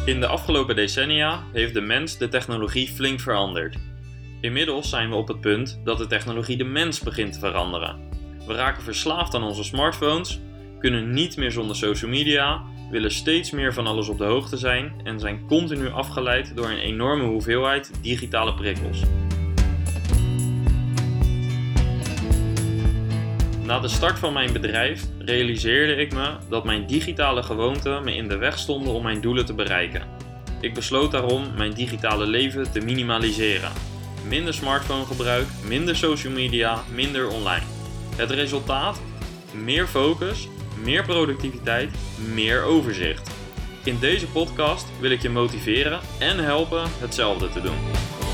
In de afgelopen decennia heeft de mens de technologie flink veranderd. Inmiddels zijn we op het punt dat de technologie de mens begint te veranderen. We raken verslaafd aan onze smartphones, kunnen niet meer zonder social media, willen steeds meer van alles op de hoogte zijn en zijn continu afgeleid door een enorme hoeveelheid digitale prikkels. Na de start van mijn bedrijf realiseerde ik me dat mijn digitale gewoonten me in de weg stonden om mijn doelen te bereiken. Ik besloot daarom mijn digitale leven te minimaliseren. Minder smartphonegebruik, minder social media, minder online. Het resultaat? Meer focus, meer productiviteit, meer overzicht. In deze podcast wil ik je motiveren en helpen hetzelfde te doen.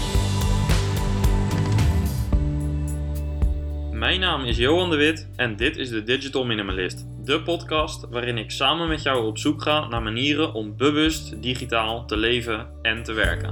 Mijn naam is Johan de Wit en dit is de Digital Minimalist, de podcast waarin ik samen met jou op zoek ga naar manieren om bewust digitaal te leven en te werken.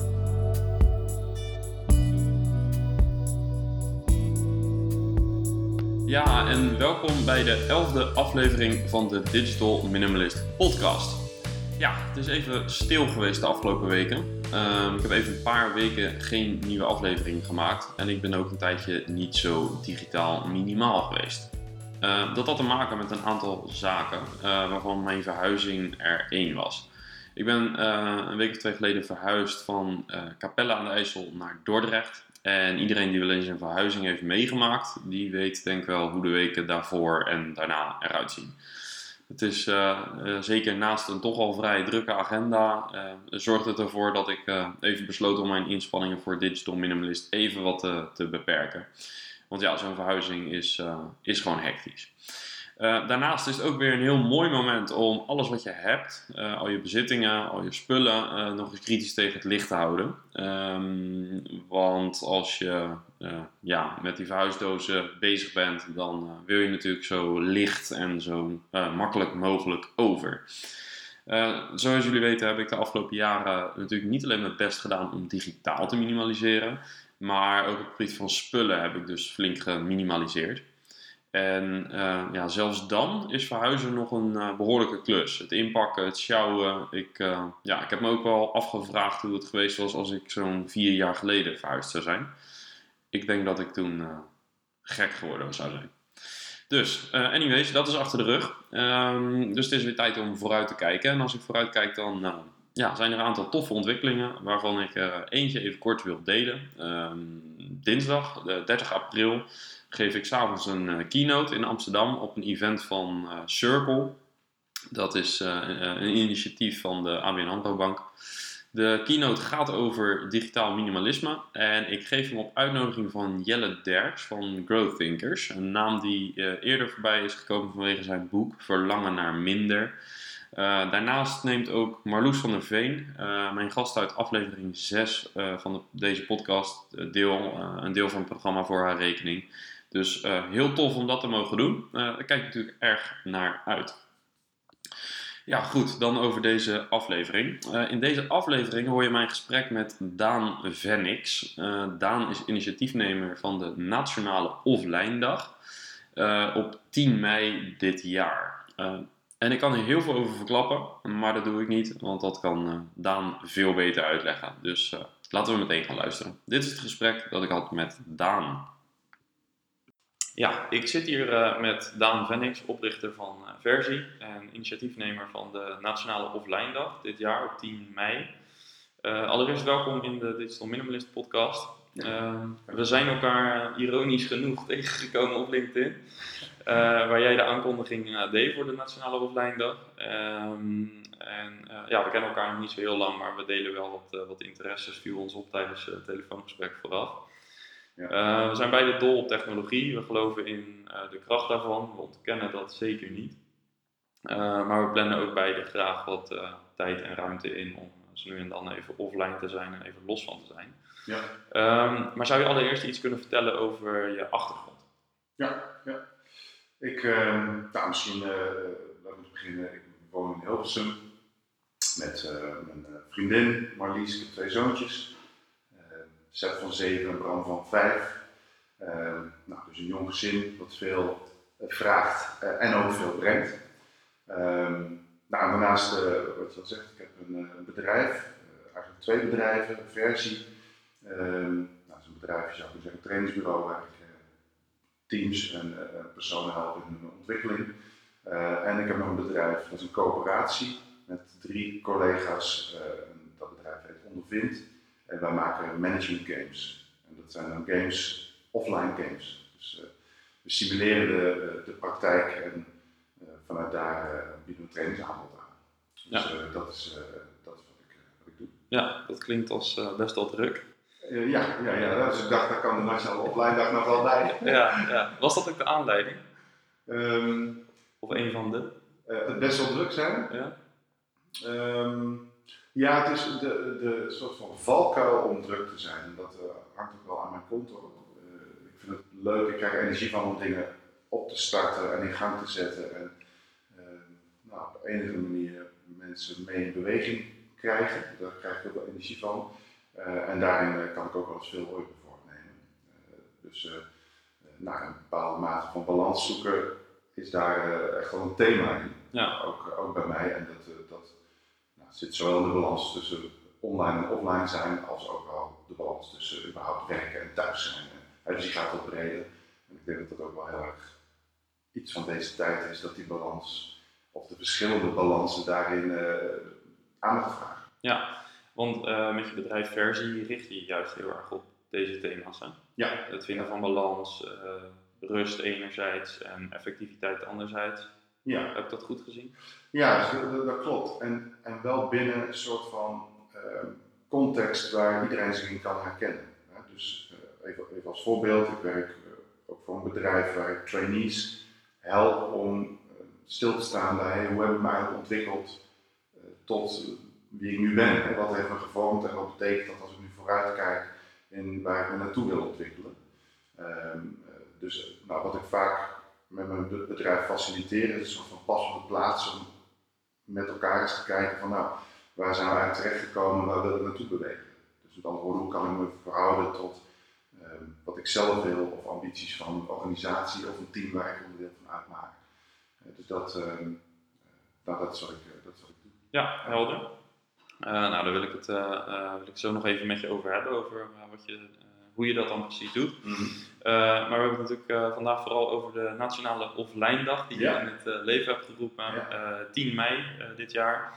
Ja, en welkom bij de 11e aflevering van de Digital Minimalist podcast. Ja, het is even stil geweest de afgelopen weken. Ik heb even een paar weken geen nieuwe aflevering gemaakt en ik ben ook een tijdje niet zo digitaal minimaal geweest. Dat had te maken met een aantal zaken waarvan mijn verhuizing er één was. Ik ben een week of 2 geleden verhuisd van Capelle aan de IJssel naar Dordrecht. En iedereen die wel eens een verhuizing heeft meegemaakt, die weet denk ik wel hoe de weken daarvoor en daarna eruit zien. Het is zeker naast een toch al vrij drukke agenda, zorgt het ervoor dat ik even besloot om mijn inspanningen voor Digital Minimalist even wat te beperken. Want ja, zo'n verhuizing is gewoon hectisch. Daarnaast is het ook weer een heel mooi moment om alles wat je hebt, al je bezittingen, al je spullen, nog eens kritisch tegen het licht te houden. Want als je met die verhuisdozen bezig bent, dan wil je natuurlijk zo licht en zo makkelijk mogelijk over. Zoals jullie weten heb ik de afgelopen jaren natuurlijk niet alleen mijn best gedaan om digitaal te minimaliseren, maar ook op het gebied van spullen heb ik dus flink geminimaliseerd. En zelfs dan is verhuizen nog een behoorlijke klus. Het inpakken, het sjouwen. Ik heb me ook wel afgevraagd hoe het geweest was als ik zo'n 4 jaar geleden verhuisd zou zijn. Ik denk dat ik toen gek geworden zou zijn. Dus, anyways, dat is achter de rug. Dus het is weer tijd om vooruit te kijken. En als ik vooruit kijk, dan zijn er een aantal toffe ontwikkelingen waarvan ik eentje even kort wil delen. Dinsdag, 30 april, geef ik 's avonds een keynote in Amsterdam op een event van Circle. Dat is een initiatief van de ABN AMRO Bank. De keynote gaat over digitaal minimalisme en ik geef hem op uitnodiging van Jelle Derks van Growth Thinkers. Een naam die eerder voorbij is gekomen vanwege zijn boek Verlangen naar Minder. Daarnaast neemt ook Marloes van der Veen, mijn gast uit aflevering 6 van deze podcast, een deel van het programma voor haar rekening. Dus heel tof om dat te mogen doen. Daar kijk ik natuurlijk erg naar uit. Ja, goed, dan over deze aflevering. In deze aflevering hoor je mijn gesprek met Daan Vennix. Daan is initiatiefnemer van de Nationale Offline Dag op 10 mei dit jaar. En ik kan er heel veel over verklappen, maar dat doe ik niet, want dat kan Daan veel beter uitleggen. Dus laten we meteen gaan luisteren. Dit is het gesprek dat ik had met Daan. Ja, ik zit hier met Daan Vennix, oprichter van Versie en initiatiefnemer van de Nationale Offline Dag dit jaar op 10 mei. Allereerst welkom in de Digital Minimalist podcast. We zijn elkaar ironisch genoeg tegengekomen op LinkedIn, waar jij de aankondiging deed voor de Nationale Offline Dag. We kennen elkaar nog niet zo heel lang, maar we delen wel wat interesses, viel ons op tijdens het telefoongesprek vooraf. Ja. We zijn beide dol op technologie, we geloven in de kracht daarvan, we ontkennen dat zeker niet. Maar we plannen ook beide graag wat tijd en ruimte in om zo nu en dan even offline te zijn en even los van te zijn. Ja. Maar zou je allereerst iets kunnen vertellen over je achtergrond? Ja. Misschien laten we beginnen. Ik woon in Hilversum met mijn vriendin Marlies. Ik heb 2 zoontjes. Seth van 7 en Bram van 5. Dus een jong gezin wat veel vraagt en ook veel brengt. Nou, daarnaast, wat je al zegt, ik heb een bedrijf, eigenlijk 2 bedrijven, Versie. Dat is een bedrijf, je zou kunnen zeggen, een trainingsbureau waar ik teams en personen help in hun ontwikkeling. En ik heb nog een bedrijf, dat is een coöperatie met 3 collega's. Dat bedrijf heet Ondervind. En wij maken management games. En dat zijn dan games, offline games. Dus we simuleren de praktijk en vanuit daar bieden we trainingsaanbod aan. Dus dat is wat ik doe. Ja, dat klinkt als best wel druk. Ja. Dus ik dacht, daar kan de Nationale Offline Dag nog wel bij. Ja. Was dat ook de aanleiding? Of een van de? Het best wel druk zijn. Ja. Ja, het is de soort van valkuil om druk te zijn. Dat hangt ook wel aan mijn konto. Ik vind het leuk, ik krijg energie van om dingen op te starten en in gang te zetten. En op een of andere manier mensen mee in beweging krijgen. Daar krijg ik ook wel energie van. En daarin kan ik ook wel eens veel ooit voornemen. Dus een bepaalde mate van balans zoeken is daar echt wel een thema in. Ja. Ook bij mij. En dat zit zowel in de balans tussen online en offline zijn, als ook wel de balans tussen überhaupt werken en thuis zijn. Dus die gaat wat breder. En ik denk dat dat ook wel heel erg iets van deze tijd is, dat die balans, of de verschillende balansen daarin aandacht vragen. Ja, want met je bedrijf Versie richt je juist heel erg op deze thema's. Hè? Ja. Het vinden van balans, rust enerzijds en effectiviteit anderzijds. Ja. Heb ik dat goed gezien? Ja, dat klopt. En wel binnen een soort van context waar iedereen zich in kan herkennen. Dus even als voorbeeld, ik werk ook voor een bedrijf waar ik trainees help om stil te staan bij hoe heb ik me eigenlijk ontwikkeld tot wie ik nu ben. Wat heeft me gevormd en wat betekent dat als ik nu vooruit kijk in waar ik me naartoe wil ontwikkelen. Dus wat ik vaak met mijn bedrijf faciliteer is een soort van pas op de plaats om met elkaar eens te kijken van waar zijn we eigenlijk terechtgekomen, waar wil ik naartoe bewegen. Dus met andere woorden, hoe kan ik me verhouden tot wat ik zelf wil of ambities van een organisatie of een team waar ik onderdeel van uitmaak. Dus dat is wat ik doe. Ja, helder. Daar wil ik zo nog even met je over hebben, over hoe je dat dan precies doet. Mm-hmm. Maar we hebben het natuurlijk vandaag vooral over de Nationale Offline Dag die je in het leven hebt geroepen, 10 mei dit jaar.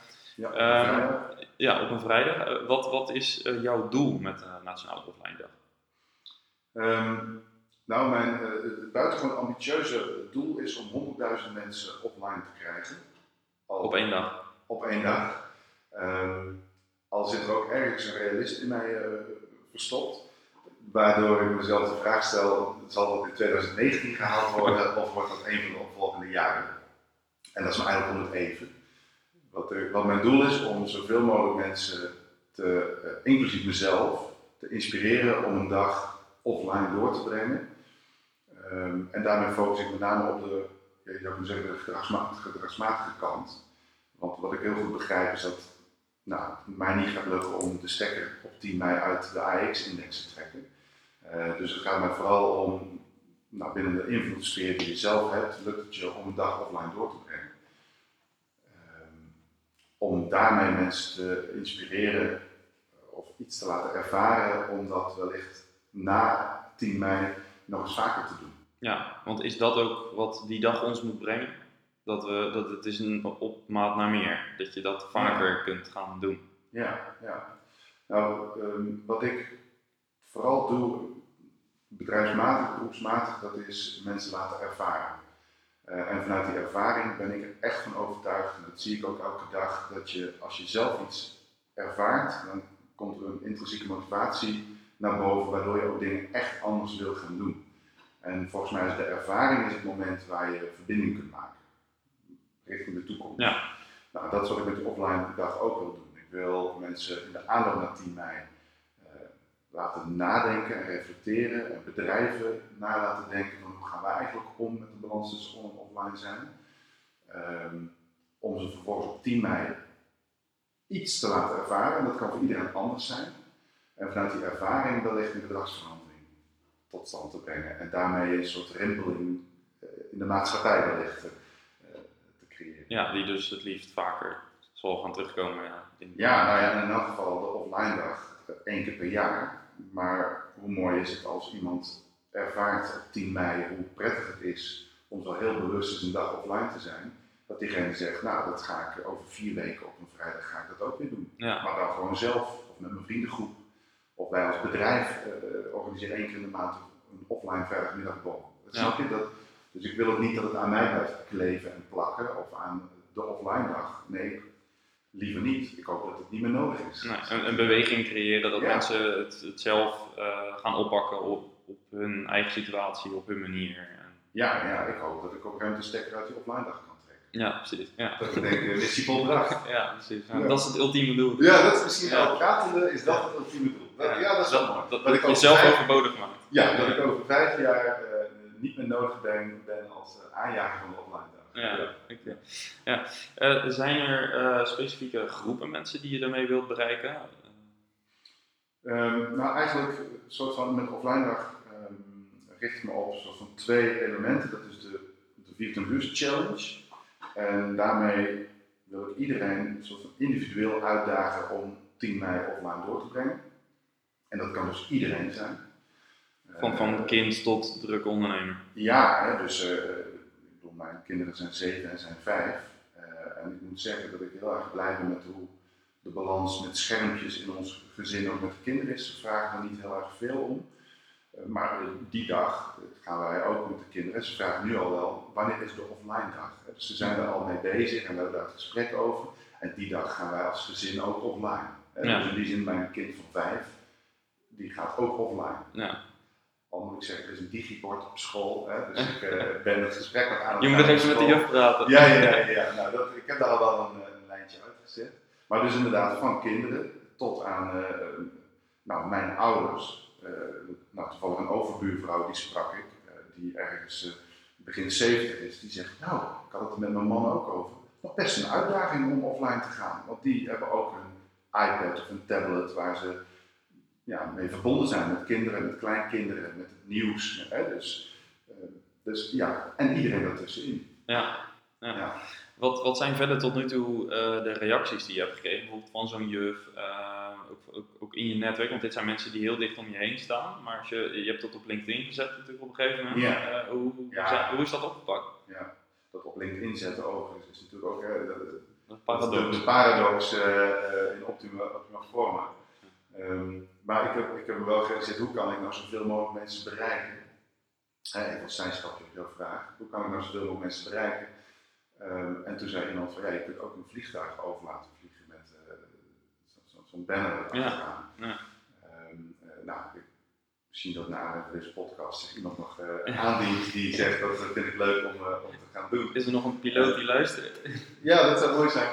Ja, op een vrijdag. Wat is jouw doel met de Nationale Offline Dag? Mijn buitengewoon ambitieuze doel is om 100.000 mensen offline te krijgen. Op 1 dag? Op 1 dag. Al zit er ook ergens een realist in mij verstopt. Waardoor ik mezelf de vraag stel, zal dat in 2019 gehaald worden of wordt dat een van de opvolgende jaren? En dat is me eigenlijk om het even. Wat mijn doel is om zoveel mogelijk mensen, inclusief mezelf, te inspireren om een dag offline door te brengen. En daarmee focus ik met name op de gedragsmatige kant. Want wat ik heel goed begrijp is dat het mij niet gaat lukken om de stekker op 10 mei uit de AEX-index te trekken. Dus het gaat mij vooral om, binnen de invloedssfeer die je zelf hebt, lukt het je om een dag offline door te brengen. Om daarmee mensen te inspireren of iets te laten ervaren, om dat wellicht na 10 mei nog eens vaker te doen. Ja, want is dat ook wat die dag ons moet brengen? Dat het is een opmaat naar meer, dat je dat vaker kunt gaan doen. Ja. Wat ik vooral doe, bedrijfsmatig, beroepsmatig, dat is mensen laten ervaren. En vanuit die ervaring ben ik er echt van overtuigd, en dat zie ik ook elke dag, dat als je zelf iets ervaart, dan komt er een intrinsieke motivatie naar boven, waardoor je ook dingen echt anders wil gaan doen. En volgens mij is de ervaring het moment waar je verbinding kunt maken, richting de toekomst. Ja. Dat is wat ik met de offline dag ook wil doen. Ik wil mensen in de aanloop naar 10 mei laten nadenken en reflecteren en bedrijven laten denken van hoe gaan wij eigenlijk om met de balans tussen on- en offline zijn. Om ze vervolgens op 10 mei iets te laten ervaren, en dat kan voor iedereen anders zijn. En vanuit die ervaring wellicht een gedragsverandering tot stand te brengen en daarmee een soort rimpeling in de maatschappij wellicht te creëren. die dus het liefst vaker zal gaan terugkomen. En in elk geval de offline dag 1 keer per jaar. Maar hoe mooi is het als iemand ervaart op 10 mei hoe prettig het is om zo heel bewust eens een dag offline te zijn. Dat diegene zegt, nou dat ga ik over 4 weken op een vrijdag ga ik dat ook weer doen. Ja. Maar dan gewoon zelf of met mijn vriendengroep. Of wij als bedrijf organiseren 1 keer in de maand een offline vrijdagmiddagborrel. Snap je dat? Dus ik wil ook niet dat het aan mij blijft kleven en plakken of aan de offline dag. Nee, liever niet. Ik hoop dat het niet meer nodig is. Nee, een beweging creëren dat mensen het zelf gaan oppakken op hun eigen situatie, op hun manier. Ja, ik hoop dat ik ook ruimte stekker uit die offline dag kan trekken. Ja, precies. Ja. Dat ik denk, missie volbracht. Ja, precies. Ja. Dat is het ultieme doel. Ja, dat is misschien wel pratende, is dat het ultieme doel. Dat is wel mooi. Dat ik jezelf overbodig maak. Ja, dat ik over 5 jaar niet meer nodig ben als aanjager van de offline dag. Zijn er specifieke groepen mensen die je daarmee wilt bereiken? Eigenlijk soort van met offline dag richt ik me op soort van 2 elementen. Dat is de 24 uur challenge. En daarmee wil ik iedereen soort van individueel uitdagen om 10 mei offline door te brengen. En dat kan dus iedereen zijn. Van kind tot drukke ondernemer. Ja, dus ik bedoel, mijn kinderen zijn 7 en zijn 5. En ik moet zeggen dat ik heel erg blij ben met hoe de balans met schermpjes in ons gezin ook met de kinderen is. Ze vragen er niet heel erg veel om. Maar die dag gaan wij ook met de kinderen. Ze vragen nu al wel, wanneer is de offline dag? Dus ze zijn er al mee bezig en we hebben daar het gesprek over. En die dag gaan wij als gezin ook offline. Ja. Dus in die zin, mijn kind van 5, die gaat ook offline. Ja. Al moet ik zeggen, er is een digibord op school, dus ik ben het gesprek nog aan het Je moet nog even met de juf praten. Ja. Nou, ik heb daar al wel een lijntje uitgezet. Maar dus inderdaad van kinderen tot aan mijn ouders. Toevallig een overbuurvrouw, die sprak ik, die ergens begin 70 is, die zegt, nou, ik had het er met mijn man ook over, nog best een uitdaging om offline te gaan. Want die hebben ook een iPad of een tablet waar ze mee verbonden zijn met kinderen, met kleinkinderen, met het nieuws. En iedereen daartussenin. Ja. Wat zijn verder tot nu toe de reacties die je hebt gekregen, bijvoorbeeld van zo'n juf, ook in je netwerk? Want dit zijn mensen die heel dicht om je heen staan, maar als je hebt dat op LinkedIn gezet natuurlijk op een gegeven moment. Ja. Hoe is dat opgepakt? Ja, dat op LinkedIn zetten overigens is natuurlijk ook de paradox in optima forma. Maar ik heb me wel gerealiseerd, hoe kan ik nou zoveel mogelijk mensen bereiken? Ik was zijn stapje op jouw vraag. Hoe kan ik nou zoveel mogelijk mensen bereiken? En toen zei iemand van, je kunt ook een vliegtuig over laten vliegen met zo'n banner erachteraan. Misschien dat na deze podcast zich iemand nog aandient die zegt, dat vind ik leuk om te gaan doen. Is er nog een piloot die luistert? Ja, dat zou mooi zijn.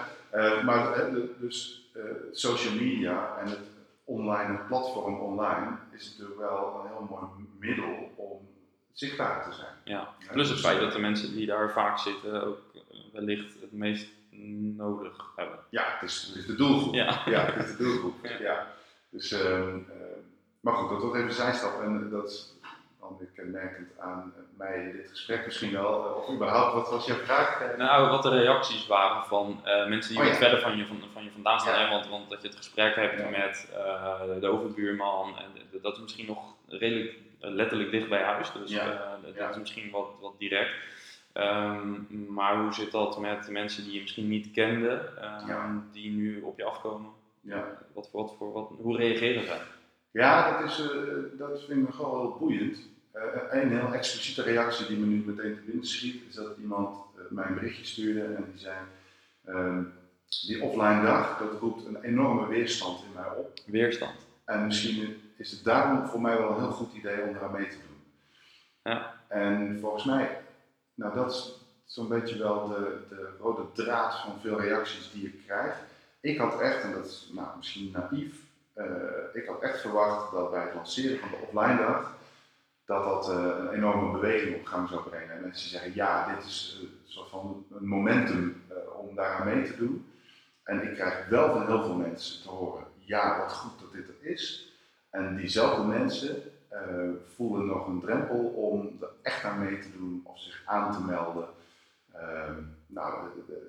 Social media en het platform online is natuurlijk wel een heel mooi middel om zichtbaar te zijn. Ja, plus het feit dat de mensen die daar vaak zitten ook wellicht het meest nodig hebben. Ja, het is de doelgroep. Ja, het is de doelgroep. Ja. Dus, maar goed, dat wordt even zijn stap en dat is dan weer kenmerkend aan mij in dit gesprek misschien wel. Of überhaupt, wat was jouw vraag? Nou, wat de reacties waren van mensen die wat verder van je vandaan staan. Ja. Hè? Want dat je het gesprek hebt met de overbuurman, en dat is misschien nog redelijk letterlijk dicht bij huis. Dus dat is misschien wat direct. Maar hoe zit dat met mensen die je misschien niet kende, die nu op je afkomen? Ja. Hoe reageren zij? Ja, dat vind ik nogal heel boeiend. Een heel expliciete reactie die me nu meteen te binnen schiet, is dat iemand mij een berichtje stuurde en die zei, die offline dag, dat roept een enorme weerstand in mij op. Weerstand? En misschien is het daarom voor mij wel een heel goed idee om eraan mee te doen. Ja. En volgens mij, dat is zo'n beetje wel de rode draad van veel reacties die ik krijg. Ik had echt, en dat is misschien naïef, ik had echt verwacht dat bij het lanceren van de offline dag, dat een enorme beweging op gang zou brengen. En mensen zeggen, dit is een soort van een momentum om daaraan mee te doen. En ik krijg wel van heel veel mensen te horen, wat goed dat dit er is. En diezelfde mensen voelen nog een drempel om er echt aan mee te doen of zich aan te melden.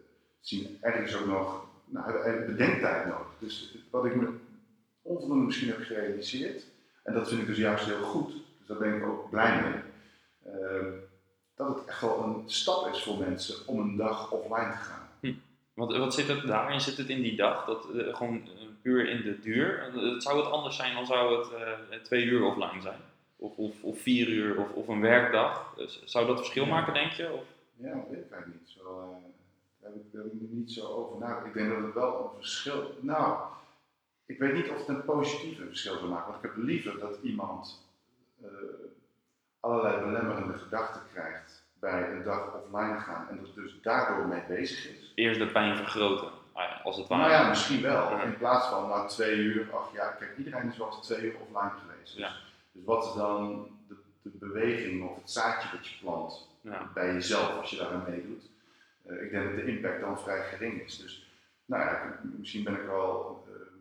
zien ergens ook nog bedenktijd nodig. Dus wat ik me onvoldoende misschien heb gerealiseerd, en dat vind ik dus juist heel goed, dus daar ben ik ook blij mee, dat het echt wel een stap is voor mensen om een dag offline te gaan. Wat zit het daarin? Zit het in die dag? Dat gewoon puur in de duur? Zou het anders zijn dan zou het 2 uur offline zijn? Of 4 uur of een werkdag? Zou dat verschil maken, denk je? Of? Ja, dat weet ik eigenlijk niet. Daar heb ik niet zo over nagedacht. Ik denk dat het wel een verschil... Nou, ik weet niet of het een positief verschil zou maken. Want ik heb liever dat iemand allerlei belemmerende gedachten krijgt bij een dag offline gaan en dat dus daardoor mee bezig is. Eerst de pijn vergroten, als het ware. Nou ja, misschien wel. Ja. In plaats van 2 uur, kijk, iedereen is wel eens 2 uur offline geweest. Dus wat is dan de beweging of het zaadje dat je plant bij jezelf als je daaraan meedoet? Ik denk dat de impact dan vrij gering is. Dus misschien ben ik wel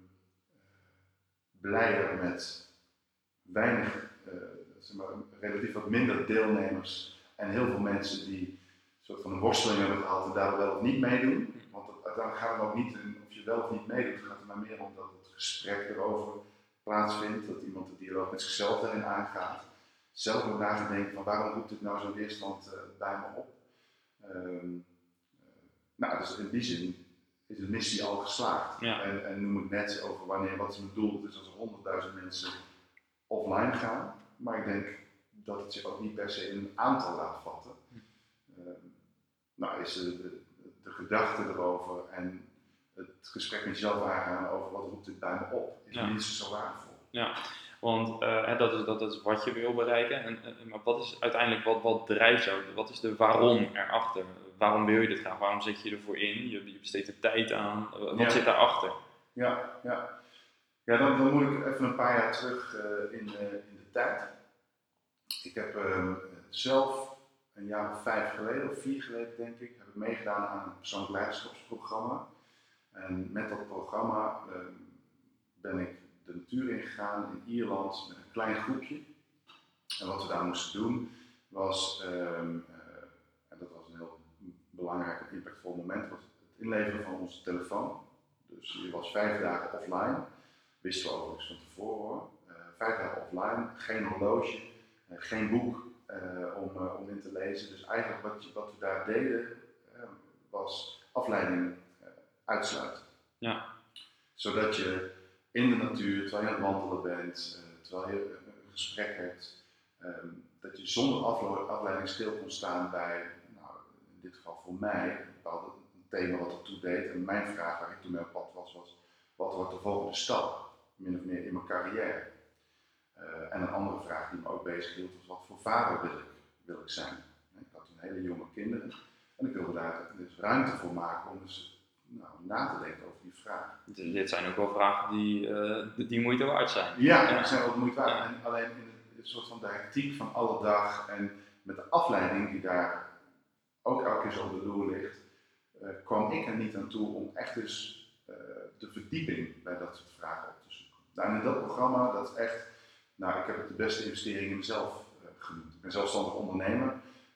blijer met weinig, relatief wat minder deelnemers en heel veel mensen die een soort van een worsteling hebben gehad en daar wel of niet meedoen. Want uiteindelijk gaat het ook niet of je wel of niet meedoet, het gaat er maar meer om dat het gesprek erover plaatsvindt, dat iemand de dialoog met zichzelf daarin aangaat. Zelf moet na gaan denken van waarom roept dit nou zo'n weerstand bij me op. Dus in die zin is de missie al geslaagd. Ja. En noem ik net over wat is mijn doel, het is als er 100.000 mensen offline gaan, maar ik denk dat het zich ook niet per se in een aantal laat vatten. Is de gedachte erover en het gesprek met jezelf aangaan over wat roept dit bij me op, is niet zo waardevol. Ja, want dat is wat je wil bereiken. Maar wat is uiteindelijk wat drijft jou? Wat is de waarom erachter? Waarom wil je dit graag? Waarom zet je ervoor in? Je besteedt er tijd aan. Wat zit daarachter? Ja, dan moet ik even een paar jaar terug in de tijd. Ik heb zelf een jaar of 5 geleden, of 4 geleden denk ik, heb ik meegedaan aan een persoonlijk leiderschapsprogramma. En met dat programma ben ik de natuur ingegaan in Ierland met een klein groepje. En wat we daar moesten doen was, en dat was een heel belangrijk en impactvol moment, was het inleveren van onze telefoon. Dus je was 5 dagen offline, wisten we overigens van tevoren hoor. 5 dagen offline, geen horloge, geen boek om in te lezen. Dus eigenlijk wat we daar deden was afleiding uitsluiten. Ja. Zodat je in de natuur, terwijl je aan het wandelen bent, terwijl je een gesprek hebt, dat je zonder afleiding stil kon staan bij, in dit geval voor mij, een bepaald thema wat ertoe deed. En mijn vraag waar ik toen mee op pad was, wat wordt de volgende stap, min of meer in mijn carrière? En een andere vraag die me ook bezig hield was, wat voor vader wil ik zijn? Ik had toen hele jonge kinderen en ik wilde daar dus ruimte voor maken om dus na te denken over die vraag. Dit zijn ook wel vragen die moeite waard zijn. Ja, die zijn ook moeite waard. Ja. En alleen in een soort van de hectiek van alle dag en met de afleiding die daar ook elke keer zo op de loer ligt, kwam ik er niet aan toe om echt dus de verdieping bij dat soort vragen op te zoeken. En in dat programma, dat is echt, ik heb het de beste investering in mezelf genoemd. Ik ben zelfstandig ondernemer.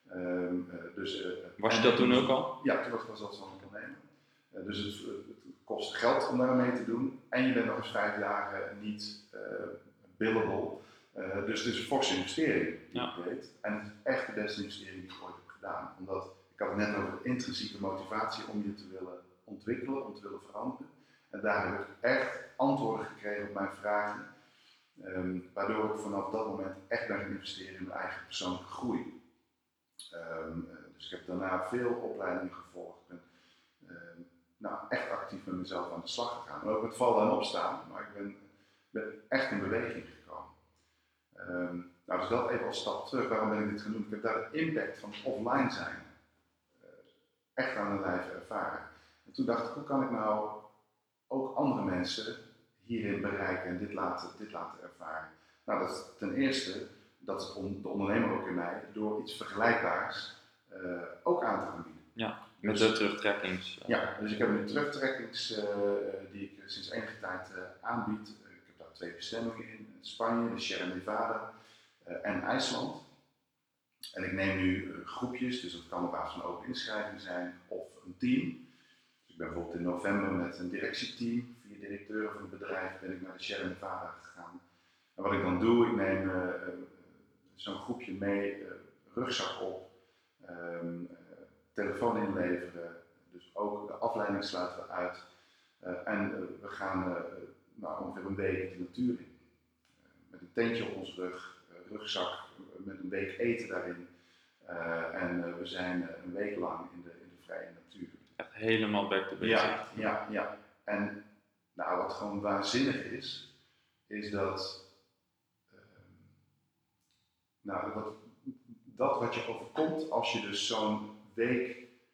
Was je dat toen ook al? Ja, toen was ik wel zelfstandig ondernemer. Dus het kost geld om daar mee te doen. En je bent nog eens 5 dagen niet billable. Dus het is een forse investering die ik deed. En het is echt de beste investering die ik ooit heb gedaan. Omdat, ik had het net over intrinsieke motivatie om je te willen ontwikkelen, om te willen veranderen. En daar heb ik echt antwoorden gekregen op mijn vragen. Waardoor ik vanaf dat moment echt ben gaan investeren in mijn eigen persoonlijke groei. Dus ik heb daarna veel opleidingen gevolgd. Ik ben echt actief met mezelf aan de slag gegaan. Ook met vallen en opstaan, maar ik ben echt in beweging gekomen. Dus dat even als stap terug. Waarom ben ik dit genoemd? Ik heb daar de impact van offline zijn echt aan de lijve ervaren. En toen dacht ik, hoe kan ik nou ook andere mensen hierin bereiken en dit laten ervaren? Dat is ten eerste, dat is de ondernemer ook in mij, door iets vergelijkbaars ook aan te gaan bieden. Ja, met de terugtrekkings. Ja, dus ik heb nu terugtrekkings die ik sinds enige tijd aanbied. Ik heb daar 2 bestemmingen in Spanje, de Sierra Nevada en IJsland. En ik neem nu groepjes, dus dat kan op basis van open inschrijving zijn of een team, ben bijvoorbeeld in november met een directieteam, 4 directeuren van het bedrijf, ben ik naar de Sierra Nevada gegaan. En wat ik dan doe, ik neem zo'n groepje mee, rugzak op, telefoon inleveren, dus ook de afleiding sluiten we uit. En we gaan ongeveer een week de natuur in. Met een tentje op ons rug, rugzak met een week eten daarin. En we zijn een week lang in de vrije natuur. Echt helemaal back to basics. Ja. En wat gewoon waanzinnig is dat wat je overkomt als je dus zo'n week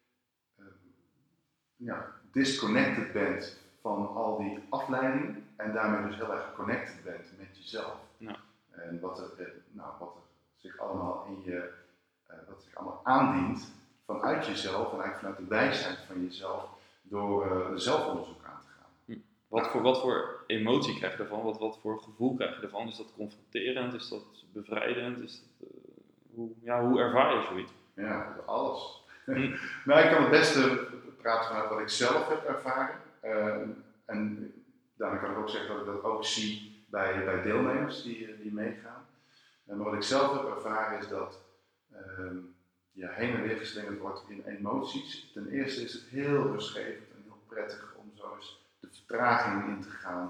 disconnected bent van al die afleiding en daarmee dus heel erg connected bent met jezelf. Ja. En wat er zich allemaal wat zich allemaal aandient vanuit jezelf en eigenlijk vanuit de wijsheid van jezelf door zelfonderzoek aan te gaan. Wat voor emotie krijg je ervan? Wat voor gevoel krijg je ervan? Is dat confronterend? Is dat bevrijdend? Is dat, hoe ervaar je zoiets? Ja, alles. Ik kan het beste praten vanuit wat ik zelf heb ervaren. En daarmee kan ik ook zeggen dat ik dat ook zie bij deelnemers die meegaan. Maar wat ik zelf heb ervaren is dat je heen en weer geslingerd wordt in emoties. Ten eerste is het heel rustgevend en heel prettig om zo eens de vertraging in te gaan.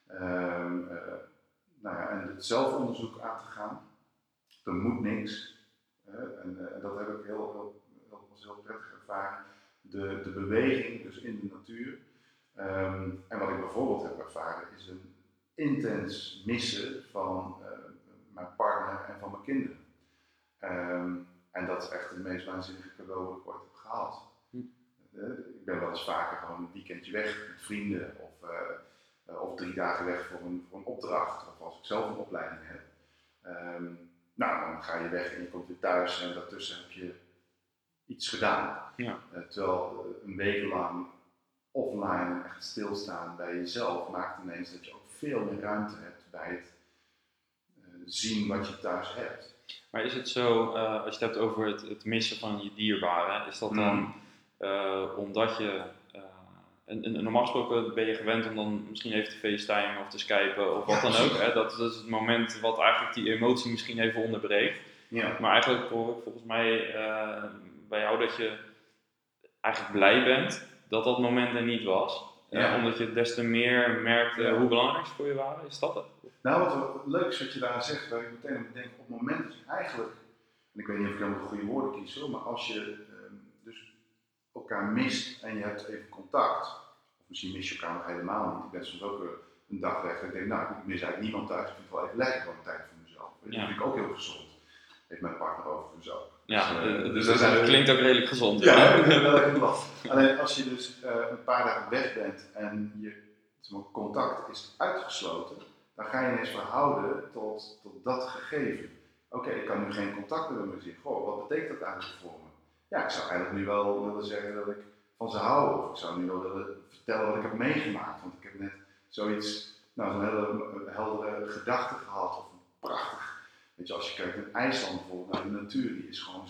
En het zelfonderzoek aan te gaan. Er moet niks. En dat heb ik heel prettig ervaren. De beweging dus in de natuur. En wat ik bijvoorbeeld heb ervaren is een intens missen van mijn partner en van mijn kinderen. En dat is echt het meest waanzinnige cadeau dat ik ooit heb gehad. Ik ben wel eens vaker gewoon een weekendje weg met vrienden of 3 dagen weg voor een opdracht of als ik zelf een opleiding heb. Dan ga je weg en je komt weer thuis en daartussen heb je iets gedaan. Ja. Terwijl een week lang offline en echt stilstaan bij jezelf maakt ineens dat je ook veel meer ruimte hebt bij het zien wat je thuis hebt. Maar is het zo, als je het hebt over het missen van je dierbaren, is dat dan omdat je, normaal gesproken ben je gewend om dan misschien even te facetimen of te skypen of wat dan ook. Hè? Dat is het moment wat eigenlijk die emotie misschien even onderbreekt. Ja. Maar eigenlijk hoor ik volgens mij bij jou dat je eigenlijk blij bent dat moment er niet was. Omdat je des te meer merkte hoe belangrijk ze voor je waren. Is dat het? Wat leuk is wat je daar zegt, waar ik meteen aan denk, op het moment dat je eigenlijk, en ik weet niet of ik helemaal de goede woorden kies hoor, maar als je dus elkaar mist en je hebt even contact, of misschien mis je elkaar nog helemaal niet. Ik ben soms ook een dag weg en ik denk, ik mis eigenlijk niemand thuis, ik vind het wel even lekker gewoon tijd voor mezelf. Dat vind ik ook heel gezond. Heeft mijn partner overigens ook. Ja, dus dat klinkt ook redelijk gezond. Ja, ik ben wel even last. Alleen als je dus een paar dagen weg bent en je contact is uitgesloten, dan ga je ineens verhouden tot dat gegeven. Oké, ik kan nu geen contact meer met me. Goh, wat betekent dat eigenlijk voor me? Ja, ik zou eigenlijk nu wel willen zeggen dat ik van ze hou. Of ik zou nu wel willen vertellen wat ik heb meegemaakt. Want ik heb net zoiets, zo'n hele heldere gedachte gehad. Of een prachtig. Weet je, als je kijkt in IJsland bijvoorbeeld, naar de natuur, die is gewoon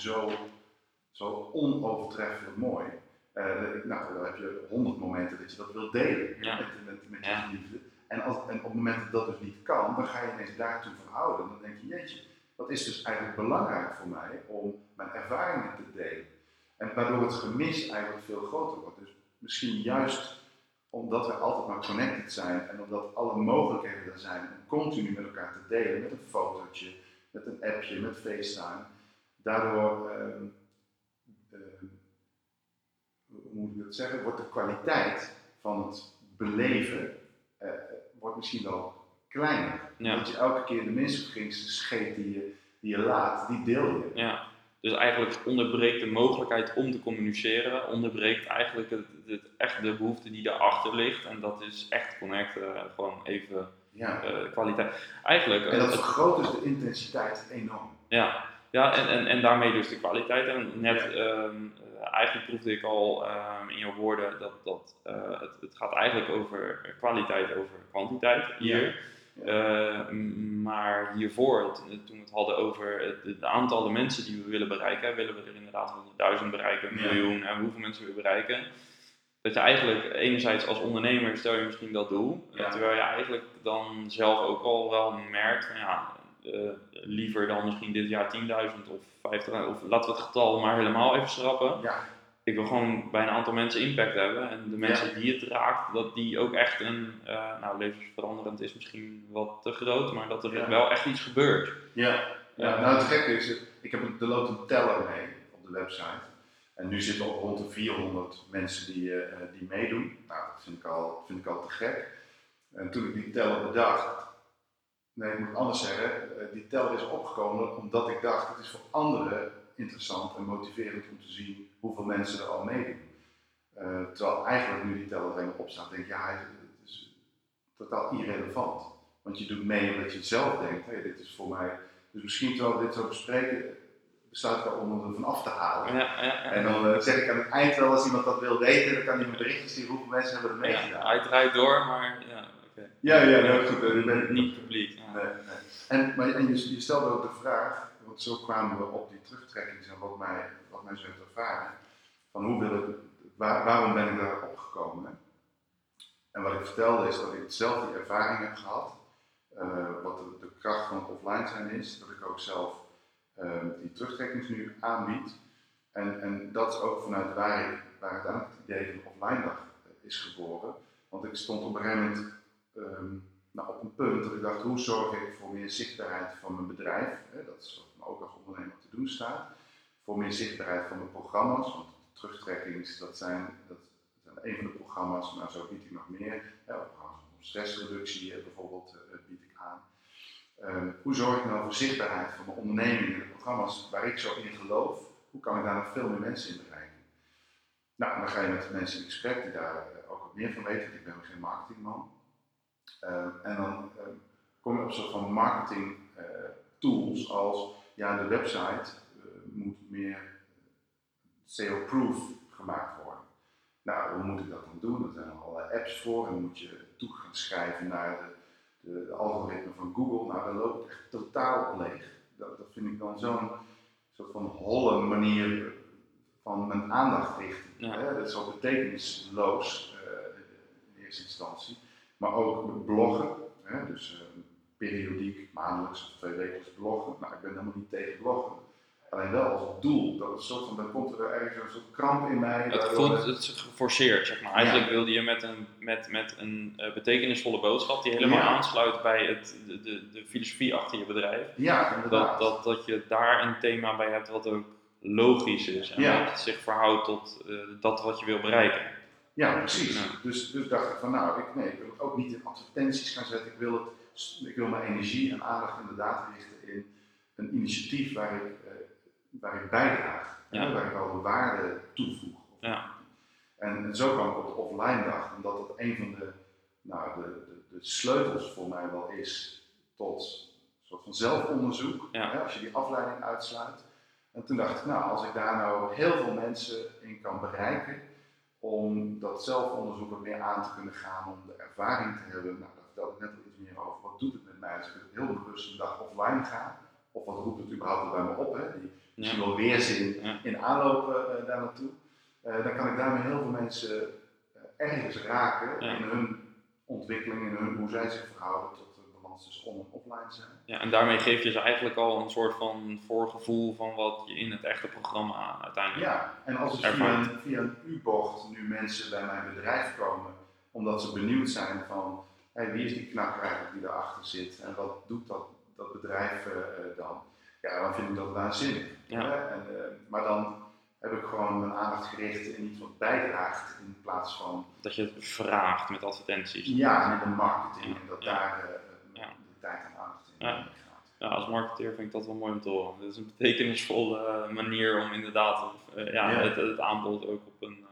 zo onovertreffelijk mooi. Dan heb je 100 momenten dat je dat wilt delen met je liefde. En op het moment dat dat dus niet kan, dan ga je ineens daartoe verhouden. Dan denk je, jeetje, wat is dus eigenlijk belangrijk voor mij om mijn ervaringen te delen. En waardoor het gemis eigenlijk veel groter wordt. Dus misschien juist omdat we altijd maar connected zijn en omdat alle mogelijkheden er zijn om continu met elkaar te delen, met een fotootje, met een appje, met FaceTime. Daardoor, hoe moet ik dat zeggen, wordt de kwaliteit van het beleven wordt misschien wel kleiner. Ja. Dat je elke keer de minst geringste scheet die je laat, die deel je. Ja. Dus eigenlijk onderbreekt de mogelijkheid om te communiceren, onderbreekt eigenlijk echt de behoefte die daarachter ligt. En dat is echt connecten, gewoon even kwaliteit. Eigenlijk, en dat vergroot dus de intensiteit enorm. Ja, en daarmee dus de kwaliteit. En net, eigenlijk proefde ik al in jouw woorden dat het gaat eigenlijk over kwaliteit, over kwantiteit hier. Maar hiervoor, toen we het hadden over het aantallen mensen die we willen bereiken, willen we er inderdaad 100.000 bereiken, 1 miljoen en hoeveel mensen we bereiken. dat je eigenlijk enerzijds als ondernemer stel je misschien dat doel, terwijl je eigenlijk dan zelf ook al wel merkt van liever dan misschien dit jaar 10.000 of 50.000 of laten we het getal maar helemaal even schrappen. Ja. Ik wil gewoon bij een aantal mensen impact hebben en de mensen die het raakt, dat die ook echt levensveranderend is misschien wat te groot, maar dat er wel echt iets gebeurt. Nou het gekke is, er loopt een teller mee op de website en nu zitten er rond de 400 mensen die meedoen. Nou, dat vind ik al te gek. En toen ik die teller bedacht, ik moet anders zeggen, die teller is opgekomen omdat ik dacht, het is voor anderen interessant en motiverend om te zien hoeveel mensen er al meedoen. Terwijl eigenlijk nu die teller er op staat, denk ik, het is totaal irrelevant. Want je doet mee omdat je zelf denkt, dit is voor mij. Dus misschien terwijl we dit zo bespreken, besluit ik al om er van af te halen. En dan zeg ik aan het eind wel, als iemand dat wil weten, dan kan hij me berichtjes sturen hoeveel mensen hebben er meegedaan. Hij draait door, maar goed. Niet publiek. En je stelde ook de vraag, want zo kwamen we op die terugtrekkings en wat mij zo heeft ervaren. Van waarom ben ik daar opgekomen? En wat ik vertelde is dat ik zelf die ervaring heb gehad. Wat de kracht van het offline zijn is. Dat ik ook zelf die terugtrekkings nu aanbied. En dat is ook vanuit waar uiteindelijk het idee van de offline dag is geboren. Want ik stond op een gegeven moment op een punt dat ik dacht, hoe zorg ik voor meer zichtbaarheid van mijn bedrijf? Dat is wat me ook als ondernemer te doen staat. Voor meer zichtbaarheid van mijn programma's. Want terugtrekkings, dat zijn een van de programma's, maar zo bied ik nog meer. Programma's om stressreductie bijvoorbeeld bied ik aan. Hoe zorg ik nou voor zichtbaarheid van mijn onderneming en de programma's waar ik zo in geloof? Hoe kan ik daar nog veel meer mensen in bereiken? Nou, dan ga je met mensen in gesprek die daar ook wat meer van weten, want ik ben geen marketingman. En dan kom je op een soort van marketing tools als, de website moet meer SEO-proof gemaakt worden. Nou, hoe moet ik dat dan doen? Er zijn allerlei apps voor en dan moet je toe gaan schrijven naar de algoritme van Google. Nou, daar loop ik echt totaal op leeg. Dat vind ik dan zo'n soort van holle manier van mijn aandacht richten. Dat is al betekenisloos in eerste instantie. Maar ook bloggen, dus periodiek, maandelijks of 2 wekelijks bloggen. Nou, ik ben helemaal niet tegen bloggen. Alleen wel als doel. Dat is soort van, dan komt er ergens een soort kramp in mij. Het is geforceerd, zeg maar. Eigenlijk wilde je met een betekenisvolle boodschap die helemaal aansluit bij de filosofie achter je bedrijf. Ja, inderdaad. Dat je daar een thema bij hebt wat ook logisch is en wat zich verhoudt tot dat wat je wil bereiken. Ja, precies. Ja. Dus dacht ik van ik wil het ook niet in advertenties gaan zetten. Ik wil mijn energie en aandacht inderdaad richten in een initiatief waar ik bijdraag. Waar ik al een waarde toevoeg. En zo kwam ik op de offline dag. Omdat dat een van de sleutels voor mij wel is tot een soort van zelfonderzoek. Als je die afleiding uitsluit. En toen dacht ik, als ik daar nou heel veel mensen in kan bereiken. Om dat zelfonderzoek wat meer aan te kunnen gaan, om de ervaring te hebben. Daar vertelde ik net al iets meer over. Wat doet het met mij als ik heel bewust een dag offline ga? Of wat roept het überhaupt bij me op? Die misschien wel weerzin in aanloop daar naartoe. Dan kan ik daarmee heel veel mensen ergens raken in hun ontwikkeling, in hoe zij zich verhouden tot de balans tussen on- en offline zijn. Ja, en daarmee geef je ze eigenlijk al een soort van voorgevoel van wat je in het echte programma uiteindelijk. Ja, en als er via een U-bocht nu mensen bij mijn bedrijf komen, omdat ze benieuwd zijn van wie is die knakker eigenlijk die daarachter zit en wat doet dat bedrijf dan? Ja, dan vind ik dat waanzinnig. Maar dan heb ik gewoon mijn aandacht gericht in iets wat bijdraagt in plaats van... Dat je het vraagt met advertenties. Ja, met de marketing en dat daar de tijd en aandacht in gaat. Ja, als marketeer vind ik dat wel mooi om te horen. Het is een betekenisvolle manier om inderdaad het aanbod ook op een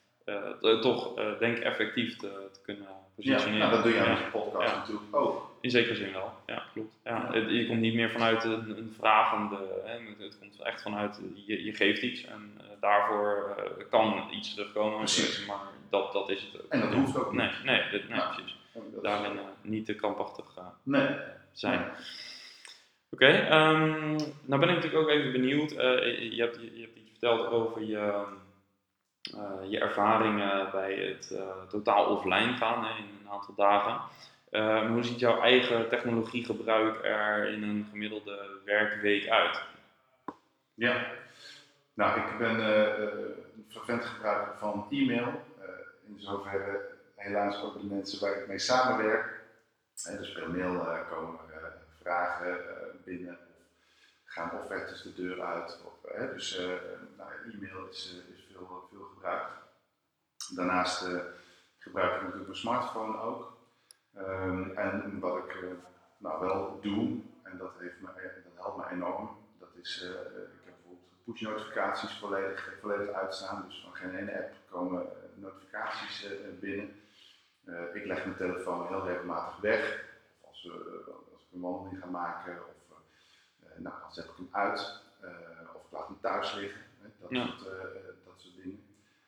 denk effectief te kunnen positioneren. Ja, dat doe je met je podcast natuurlijk ook. In zekere zin wel, ja, klopt. Ja, je komt niet meer vanuit een vragende, het komt echt vanuit, je geeft iets en daarvoor kan iets terugkomen, maar dat is het ook. En dat hoeft ook niet. Nee, precies. Daarin niet te krampachtig zijn. Nee. Oké, nou ben ik natuurlijk ook even benieuwd, je hebt iets verteld over je ervaringen bij het totaal offline gaan in een aantal dagen. Hoe ziet jouw eigen technologiegebruik er in een gemiddelde werkweek uit? Ja, nou, ik ben een fervent gebruiker van e-mail. In zoverre helaas ook de mensen waar ik mee samenwerk. Dus per mail komen vragen binnen of gaan offertes de deur uit. Dus e-mail is veel gebruikt. Daarnaast gebruik ik natuurlijk mijn smartphone ook. En wat ik wel doe, en dat helpt me enorm, dat is, ik heb bijvoorbeeld push notificaties volledig uitstaan, dus van geen ene app komen notificaties binnen. Ik leg mijn telefoon heel regelmatig weg, of als ik een wandeling ga maken, of dan zet ik hem uit, of ik laat hem thuis liggen, dat soort dingen.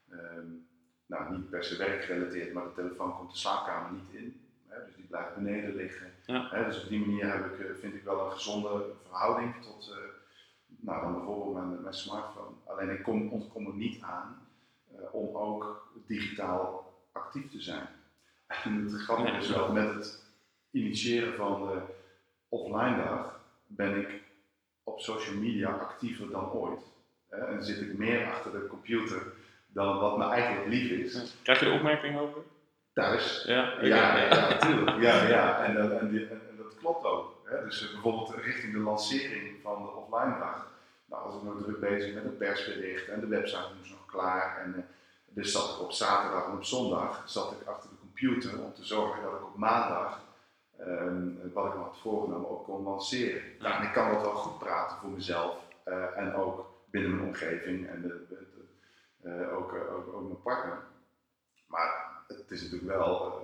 Niet per se werkgerelateerd, maar de telefoon komt de slaapkamer niet in. Dus die blijft beneden liggen. Ja. Dus op die manier vind ik wel een gezonde verhouding tot dan bijvoorbeeld mijn smartphone. Alleen ik ontkom er niet aan om ook digitaal actief te zijn. En het grappige is wel, met het initiëren van de offline dag ben ik op social media actiever dan ooit. En zit ik meer achter de computer dan wat me eigenlijk lief is. Krijg je er opmerkingen over? Thuis? Ja, natuurlijk. Ja. En dat klopt ook. Dus bijvoorbeeld richting de lancering van de offline dag. Nou, was ik nog druk bezig met een persbericht en de website moest nog klaar. En dus zat ik op zaterdag en op zondag achter de computer om te zorgen dat ik op maandag wat ik me had voorgenomen ook kon lanceren. Nou, en ik kan dat wel goed praten voor mezelf en ook binnen mijn omgeving en ook mijn partner. Maar het is natuurlijk wel,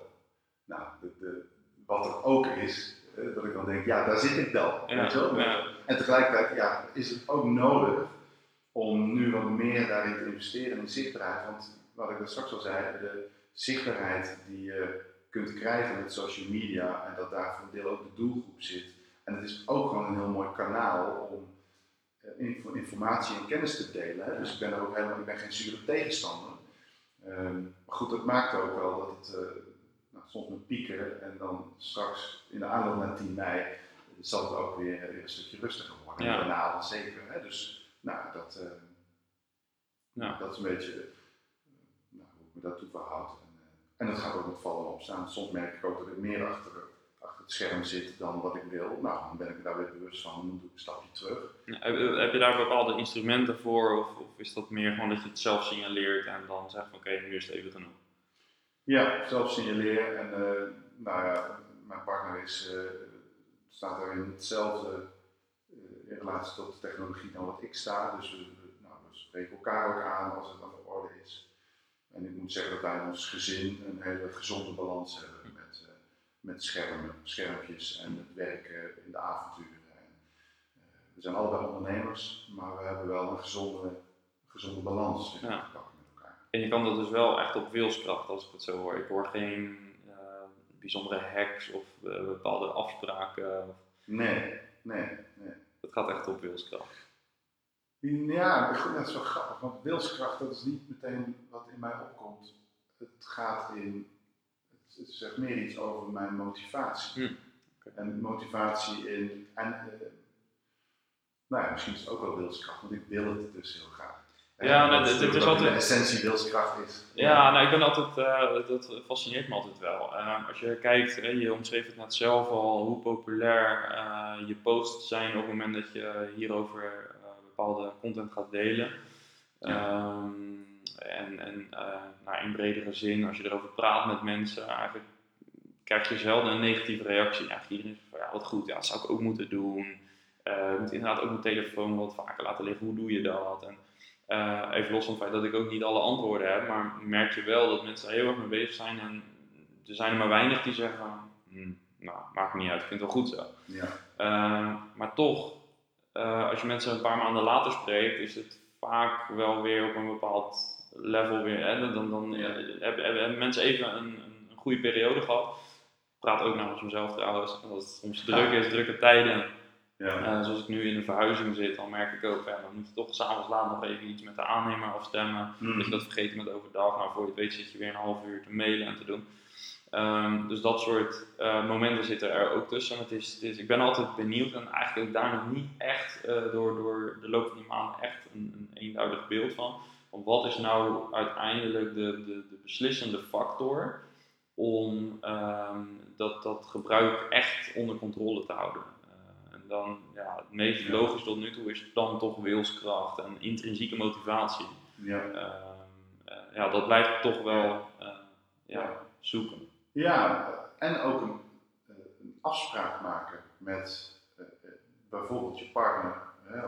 wat er ook is, dat ik dan denk, daar zit ik dan. Weet je wel? Ja. En tegelijkertijd is het ook nodig om nu wat meer daarin te investeren in zichtbaarheid. Want wat ik straks al zei, de zichtbaarheid die je kunt krijgen met social media en dat daar voor een deel ook de doelgroep zit. En het is ook gewoon een heel mooi kanaal om informatie en kennis te delen. Hè? Dus ik ben geen zure tegenstander. Maar goed, dat maakt ook wel dat het soms met pieken en dan straks in de aanloop naar 10 mei zal het ook weer een stukje rustiger worden. En daarna dan zeker. Hè? Dus dat is een beetje hoe ik me daartoe verhoud. En dat gaat ook met vallen opstaan. Soms merk ik ook dat ik meer achter het scherm zit dan wat ik wil. Nou, dan ben ik daar weer bewust van en dan doe ik een stapje terug. Heb je daar bepaalde instrumenten voor of is dat meer gewoon dat je het zelf signaleert en dan zegt van oké, nu is het even genoeg? Ja, zelf signaleren en mijn partner staat er in hetzelfde in relatie tot de technologie dan wat ik sta. Dus we spreken elkaar ook aan als het aan de orde is. En ik moet zeggen dat wij in ons gezin een hele gezonde balans hebben met schermpjes en het werken in de avonturen. We zijn allebei ondernemers, maar we hebben wel een gezonde balans te pakken met elkaar. En je kan dat dus wel echt op wilskracht, als ik het zo hoor. Ik hoor geen bijzondere hacks of bepaalde afspraken. Nee. Het gaat echt op wilskracht. Ja, dat is wel grappig, want wilskracht, dat is niet meteen wat in mij opkomt. Het zegt meer iets over mijn motivatie. Okay. En motivatie misschien is het ook wel wilskracht, want ik wil het dus heel graag. Het is altijd de essentie wilskracht is. Ik ben altijd, dat fascineert me altijd wel. Als je kijkt, je omschreef het net zelf al, hoe populair je posts zijn op het moment dat je hierover bepaalde content gaat delen. Ja. In bredere zin, als je erover praat met mensen, eigenlijk krijg je zelden een negatieve reactie. Eigenlijk iedereen zegt van wat goed, dat zou ik ook moeten doen. Je moet inderdaad ook mijn telefoon wat vaker laten liggen, hoe doe je dat? En even los van het feit dat ik ook niet alle antwoorden heb, maar merk je wel dat mensen er heel erg mee bezig zijn en er zijn er maar weinig die zeggen maakt me niet uit, ik vind het wel goed zo. Ja. Maar toch, als je mensen een paar maanden later spreekt, is het vaak wel weer op een bepaald level weer. Dan hebben mensen even een goede periode gehad. Ik praat ook namens mezelf trouwens, als het soms druk is, drukke tijden. Ja. Zoals ik nu in de verhuizing zit, dan merk ik ook, dan moet je toch s'avonds laat nog even iets met de aannemer afstemmen. Dat je dat vergeten met overdag, nou voor je het weet zit je weer een half uur te mailen en te doen. Dus dat soort momenten zitten er ook tussen. Ik ben altijd benieuwd en eigenlijk ook daar nog niet echt door de loop van die maanden echt een eenduidig beeld van. Want wat is nou uiteindelijk de beslissende factor om dat gebruik echt onder controle te houden? En dan, het meest logisch tot nu toe is dan toch wilskracht en intrinsieke motivatie. Dat blijft toch wel zoeken. Ja, en ook een afspraak maken met bijvoorbeeld je partner,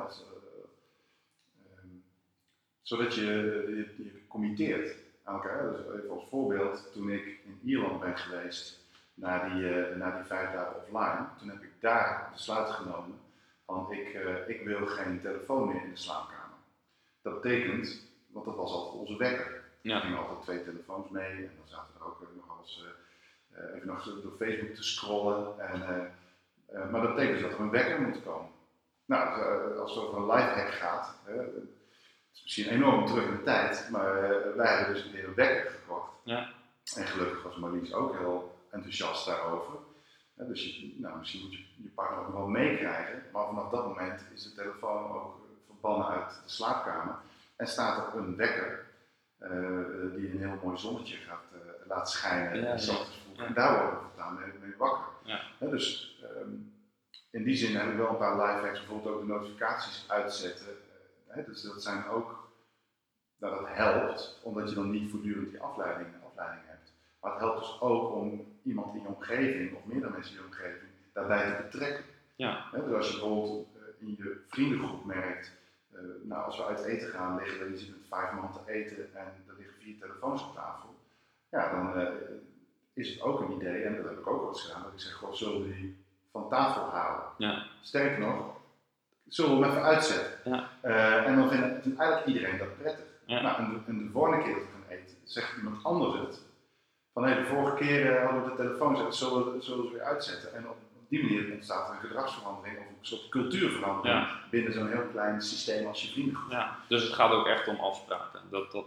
zodat je committeert aan elkaar. Dus even als voorbeeld, toen ik in Ierland ben geweest na die 5 dagen offline, toen heb ik daar besluit genomen van ik wil geen telefoon meer in de slaapkamer. Dat betekent, want dat was altijd onze wekker. Er gingen altijd 2 telefoons mee en dan zaten er ook nog alles even nog door Facebook te scrollen. Maar dat betekent dus dat er een wekker moet komen. Nou, als het over een lifehack gaat, het is misschien enorm terug in de tijd, maar wij hebben dus weer een wekker gekocht. Ja. En gelukkig was Marlies ook heel enthousiast daarover. Dus misschien moet je partner ook nog wel meekrijgen, maar vanaf dat moment is de telefoon ook verbannen uit de slaapkamer. En staat er een wekker die een heel mooi zonnetje gaat laten schijnen. En daar worden we voortaan mee wakker. Ja. Dus in die zin heb ik wel een paar lifehacks, bijvoorbeeld ook de notificaties uitzetten. Dus dat zijn ook, dat helpt, omdat je dan niet voortdurend die afleiding hebt. Maar het helpt dus ook om iemand in je omgeving, of meerdere mensen in je omgeving, daarbij te betrekken. Ja. Dus als je bijvoorbeeld in je vriendengroep merkt, als we uit eten gaan, liggen er met 5 man te eten en er liggen 4 telefoons op tafel. Ja, dan is het ook een idee, en dat heb ik ook wel eens gedaan, dat ik zeg, goh, zullen we die van tafel halen? Ja. Sterker nog, zullen we hem even uitzetten? Ja. En dan vindt eigenlijk iedereen dat prettig. Ja. Nou, en de volgende keer dat we gaan eten, zegt iemand anders het. Van de vorige keer hadden we de telefoon gezet, zullen we ze weer uitzetten? En op die manier ontstaat er een gedragsverandering of een soort cultuurverandering binnen zo'n heel klein systeem als je vriendengroep. Ja, dus het gaat ook echt om afspraken.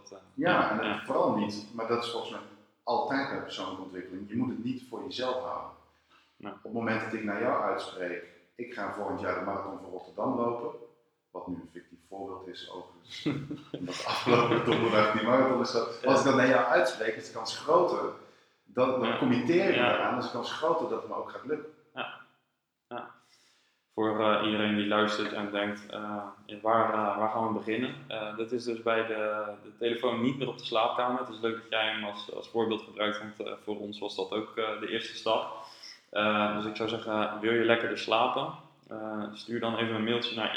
Vooral niet, maar dat is volgens mij altijd bij persoonlijke ontwikkeling. Je moet het niet voor jezelf houden. Ja. Op het moment dat ik naar jou uitspreek, ik ga volgend jaar de marathon van Rotterdam lopen, wat nu een fictief voorbeeld is overigens, omdat de afgelopen donderdag die marathon is. Als ik dat naar jou uitspreek, is de kans groter, dan committeer je eraan, is de kans groter dat het me ook gaat lukken. Ja. Voor iedereen die luistert en denkt, waar gaan we beginnen? Dat is dus bij de telefoon niet meer op de slaapkamer. Het is leuk dat jij hem als voorbeeld gebruikt, want voor ons was dat ook de eerste stap. Dus ik zou zeggen, wil je lekkerder slapen? Stuur dan even een mailtje naar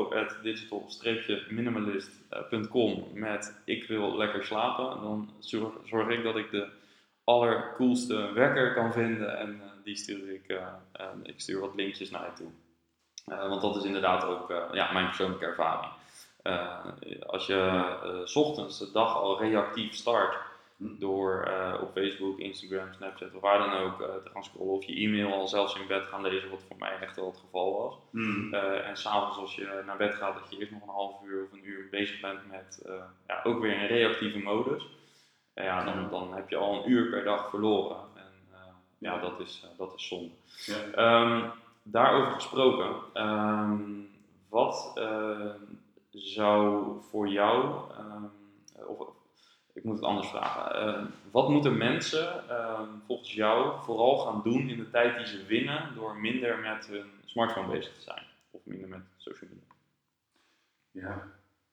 info@digital-minimalist.com met ik wil lekker slapen. Dan zorg ik dat ik de allercoolste wekker kan vinden en die stuur ik. Ik stuur wat linkjes naar je toe. Want dat is inderdaad ook mijn persoonlijke ervaring. Als je 's ochtends de dag al reactief start door op Facebook, Instagram, Snapchat of waar dan ook te gaan scrollen of je e-mail al zelfs in bed gaan lezen, wat voor mij echt wel het geval was. En s'avonds als je naar bed gaat, dat je eerst nog een half uur of een uur bezig bent met ook weer een reactieve modus. Dan heb je al een uur per dag verloren. En dat is zonde. Ja. Daarover gesproken, wat zou voor jou, of ik moet het anders vragen, wat moeten mensen volgens jou vooral gaan doen in de tijd die ze winnen door minder met hun smartphone bezig te zijn? Of minder met social media? Ja.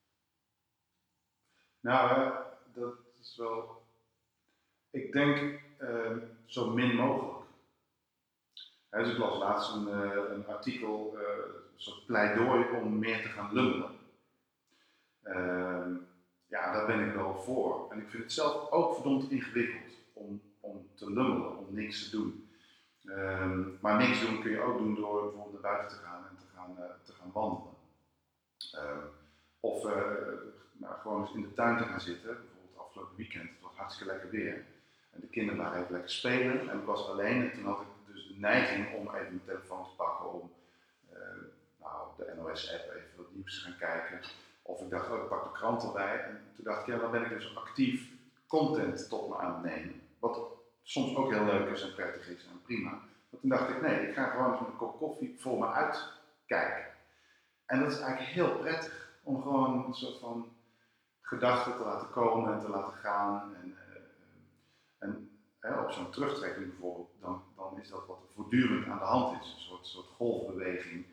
Nou, dat is wel, ik denk zo min mogelijk. Dus ik las laatst een artikel, een soort pleidooi om meer te gaan lummelen. Daar ben ik wel voor. En ik vind het zelf ook verdomd ingewikkeld om te lummelen, om niks te doen. Maar niks doen kun je ook doen door bijvoorbeeld naar buiten te gaan en te gaan wandelen. Of gewoon eens in de tuin te gaan zitten. Bijvoorbeeld afgelopen weekend, het was hartstikke lekker weer. En de kinderen waren even lekker spelen en ik was alleen en toen had ik dus de neiging om even mijn telefoon te pakken om de NOS-app even wat nieuws te gaan kijken. Of ik dacht, ik pak de krant erbij. En toen dacht ik, dan ben ik dus actief content tot me aan het nemen. Wat soms ook heel leuk is en prettig is en prima. Maar toen dacht ik, nee, ik ga gewoon eens met een kop koffie voor me uitkijken. En dat is eigenlijk heel prettig. Om gewoon een soort van gedachten te laten komen en te laten gaan. En op zo'n terugtrekking bijvoorbeeld, dan is dat wat er voortdurend aan de hand is. Een soort golfbeweging.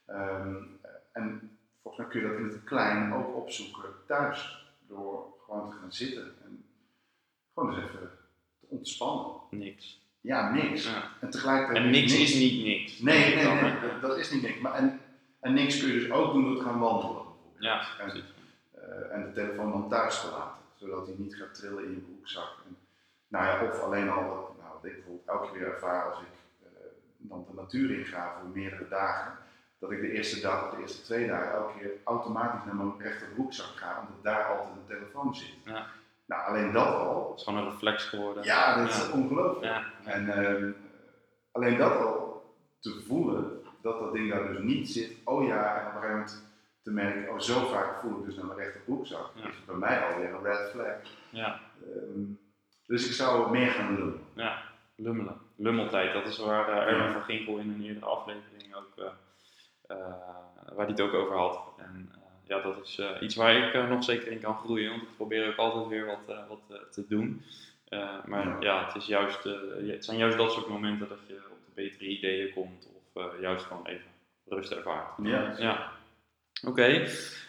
En volgens mij kun je dat in het klein ook opzoeken thuis. Door gewoon te gaan zitten en gewoon eens even te ontspannen. Niks. Ja, niks. Ja. En tegelijkertijd... En niks is niet niks. Nee, dat is niet niks. Maar en niks kun je dus ook doen door te gaan wandelen. Ja, precies. En de telefoon dan thuis te laten, zodat hij niet gaat trillen in je broekzak. Of alleen al, wat ik bijvoorbeeld elke keer ervaar als ik dan de natuur in ga voor meerdere dagen, dat ik de eerste dag of de eerste 2 dagen elke keer automatisch naar mijn rechterbroekzak ga, omdat daar altijd een telefoon zit. Ja. Nou, alleen dat al. Het is gewoon een reflex geworden. Ja, dat is ongelooflijk. Ja. En alleen dat al te voelen, dat ding daar dus niet zit. Oh ja, en op een gegeven moment te merken, zo vaak voel ik dus naar mijn rechterbroekzak. Ja. Is het bij mij alweer een red flag. Ja. Dus ik zou meer gaan doen. Ja, lummelen. Lummeltijd, dat is waar Erwin van Ginkel in een eerdere aflevering ook, waar hij het ook over had. En dat is iets waar ik nog zeker in kan groeien, want ik probeer ook altijd weer wat te doen. Het is juist, het zijn juist dat soort momenten dat je op de betere ideeën komt of juist gewoon even rust ervaart. Ja. Oké.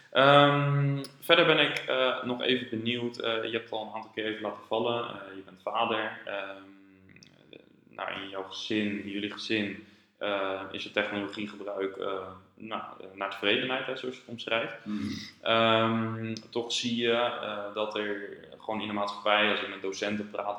Verder ben ik nog even benieuwd. Je hebt het al een aantal keer even laten vallen. Je bent vader. In jouw gezin, in jullie gezin, is het technologiegebruik naar tevredenheid, zoals je het omschrijft. Toch zie je dat er gewoon in de maatschappij, als ik met docenten praat,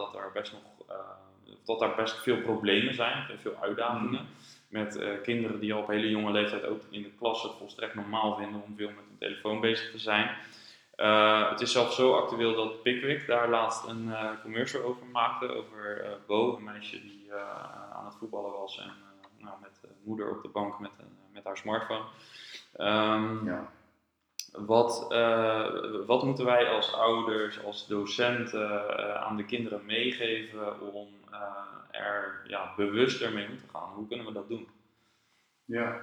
dat daar best veel problemen zijn, veel uitdagingen. Met kinderen die al op hele jonge leeftijd ook in de klas het volstrekt normaal vinden om veel met een telefoon bezig te zijn. Het is zelfs zo actueel dat Pickwick daar laatst een commercial over maakte, over Bo, een meisje die aan het voetballen was en met moeder op de bank met haar smartphone. Wat moeten wij als ouders, als docenten aan de kinderen meegeven om er bewuster mee om te gaan? Hoe kunnen we dat doen? Ja.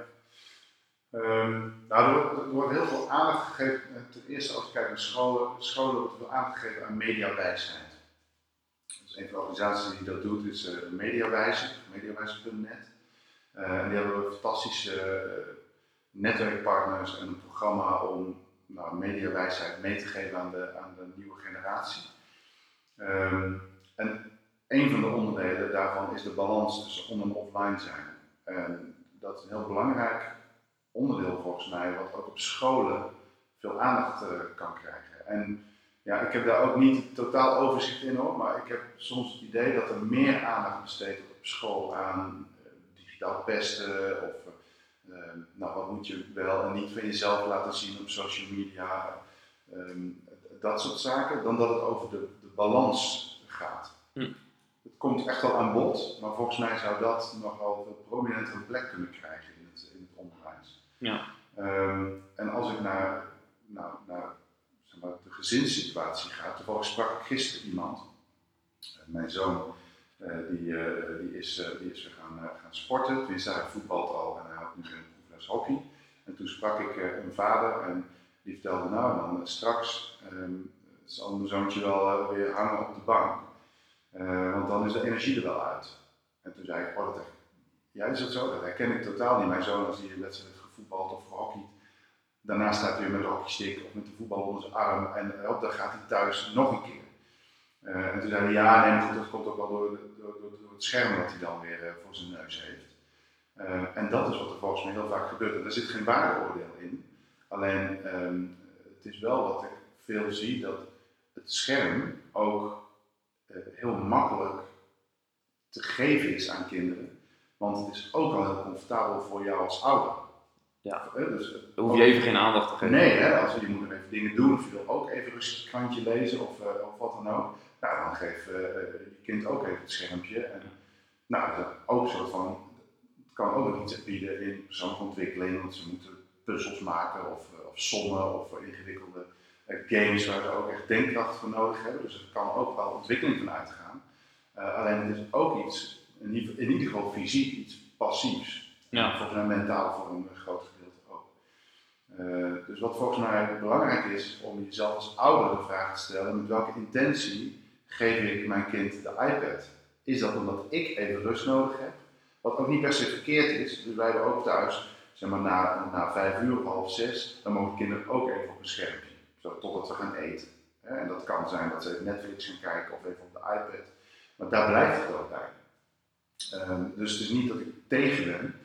Er wordt heel veel aandacht gegeven. Ten eerste als je kijkt naar scholen wordt veel aandacht gegeven aan mediawijsheid. Dus een van de organisaties die dat doet is Mediawijzer, mediawijzer.net. En die hebben fantastische netwerkpartners en een programma om mediawijsheid mee te geven aan de nieuwe generatie. En een van de onderdelen daarvan is de balans tussen on- en offline zijn. En dat is een heel belangrijk onderdeel volgens mij, wat ook op scholen veel aandacht kan krijgen. En ik heb daar ook niet totaal overzicht in hoor, maar ik heb soms het idee dat er meer aandacht besteed wordt op school aan digitaal pesten of wat moet je wel en niet van jezelf laten zien op social media, dat soort zaken, dan dat het over de balans gaat. Het komt echt wel aan bod, maar volgens mij zou dat nog wel veel prominentere plek kunnen krijgen in het onderwijs. Ja. En als ik naar de gezinssituatie ga, toevallig sprak ik gisteren iemand, mijn zoon, die is weer gaan sporten, tenminste hij voetbalt al en hij had nu geen proefles hockey. En toen sprak ik een vader en die vertelde dan straks zal mijn zoontje wel weer hangen op de bank. Want dan is de energie er wel uit. En toen zei ik, is dat zo? Dat herken ik totaal niet. Mijn zoon, als hij een wedstrijd heeft gevoetbald of gehockeyd, daarna staat hij weer met de hockeystick of met de voetbal onder zijn arm en dan gaat hij thuis nog een keer. En toen zei hij, dat komt ook wel door het scherm dat hij dan weer voor zijn neus heeft. En dat is wat er volgens mij heel vaak gebeurt. En daar zit geen waardeoordeel in. Alleen, het is wel wat ik veel zie, dat het scherm ook heel makkelijk te geven is aan kinderen. Want het is ook al heel comfortabel voor jou als ouder. Ja, dus dan hoef je even geen aandacht te geven. Nee, als je moet even dingen doen of je wil ook even rustig een krantje lezen of wat dan ook. Dan geef je kind ook even het schermpje. En, dat ook soort van, het kan ook nog iets bieden in persoonlijke ontwikkeling, want ze moeten puzzels maken of sommen of ingewikkelde games waar ze ook echt denkkracht voor nodig hebben. Dus er kan ook wel ontwikkeling van uitgaan. Alleen het is ook iets, in ieder geval fysiek, iets passiefs. Ja. Volgens mij mentaal voor een groot gedeelte ook. Dus wat volgens mij belangrijk is om jezelf als ouder de vraag te stellen, met welke intentie geef ik mijn kind de iPad? Is dat omdat ik even rust nodig heb? Wat ook niet per se verkeerd is. Dus wij hebben ook thuis, zeg maar na 5 uur of 5:30, dan mogen kinderen ook even op een schermpje. Totdat we gaan eten. En dat kan zijn dat ze even Netflix gaan kijken of even op de iPad. Maar daar blijft het ook bij. Dus het is niet dat ik tegen ben.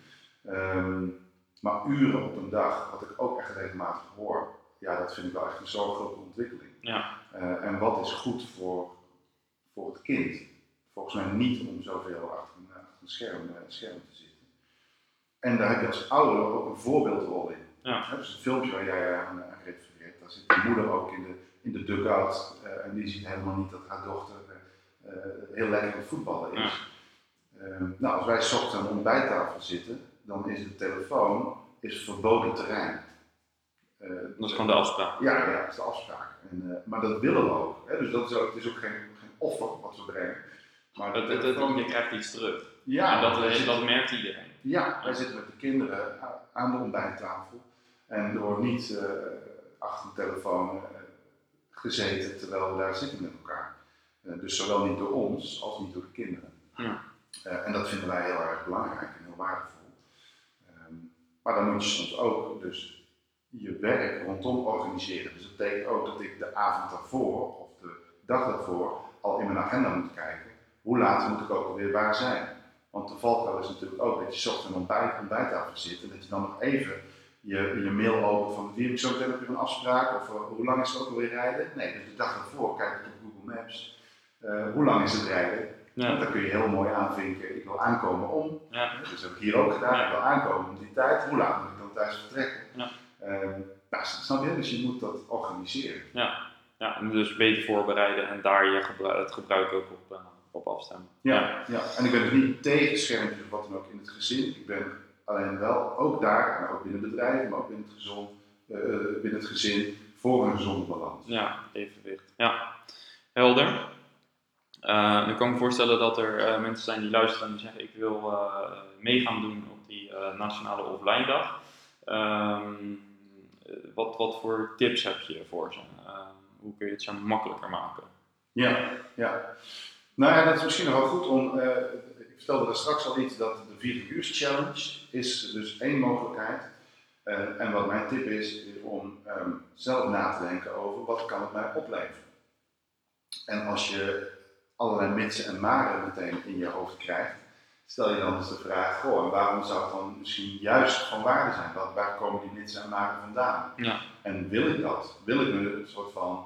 Maar uren op een dag, wat ik ook echt regelmatig hoor, ja, dat vind ik wel echt een zo'n grote ontwikkeling. Ja. En wat is goed voor het kind? Volgens mij niet om zoveel achter een scherm te zitten. En daar heb je als ouder ook een voorbeeldrol in. Ja. Dus het filmpje waar jij aan refereert, daar zit de moeder ook in de dugout en die ziet helemaal niet dat haar dochter heel lekker aan het voetballen is. Nou, als wij 's ochtends aan de ontbijttafel zitten, dan is de telefoon verboden terrein. Dat is gewoon de afspraak. Ja, dat is de afspraak. Maar dat willen we ook. Hè? Dus dat is ook, het is ook geen offer wat we brengen. Maar Je krijgt iets terug. Ja, en dat merkt iedereen. Ja, wij zitten met de kinderen aan de ontbijttafel. En er wordt niet achter de telefoon gezeten terwijl we daar zitten met elkaar. Dus zowel niet door ons als niet door de kinderen. Ja. En dat vinden wij heel erg belangrijk en heel waardevol. Maar dan moet je soms ook dus je werk rondom organiseren. Dus dat betekent ook dat ik de avond daarvoor of de dag daarvoor al in mijn agenda moet kijken. Hoe laat moet ik ook alweer waar zijn? Want de valkuil is natuurlijk ook dat je 's ochtends aan een ontbijttafel zit en dat je dan nog even je mail opent van wie heb ik zo meteen op een afspraak of hoe lang is het ook alweer rijden? Nee, dus de dag daarvoor kijk ik op Google Maps. Hoe lang is het rijden? Ja. Want dan kun je heel mooi aanvinken, ik wil aankomen om. Ja. Dus dat heb ik hier ook gedaan, ik wil aankomen om die tijd. Hoe laat moet ik dan thuis vertrekken? Ja. Nou, snap je? Dus je moet dat organiseren. Ja, en dus beter voorbereiden en daar het gebruik ook op afstemmen. Ja, en ik ben dus niet tegen schermpjes of wat dan ook in het gezin. Ik ben alleen wel ook daar, en ook binnen bedrijven, maar ook binnen het gezin, voor een gezonde balans. Ja, evenwicht. Ja, helder. Nu kan ik me voorstellen dat er mensen zijn die luisteren en die zeggen ik wil mee gaan doen op die nationale offline dag. Wat voor tips heb je voor ze? Hoe kun je het zo makkelijker maken? Ja. Nou ja, dat is misschien nog wel goed om. Ik vertelde daar straks al iets dat de 4 challenge is dus één mogelijkheid. En wat mijn tip is om zelf na te denken over wat kan het mij opleveren. En als je allerlei mitsen en maren meteen in je hoofd krijgt, stel je dan eens de vraag, goh, en waarom zou het dan misschien juist van waarde zijn? Waar komen die mitsen en maren vandaan? Ja. En wil ik dat? Wil ik me een soort van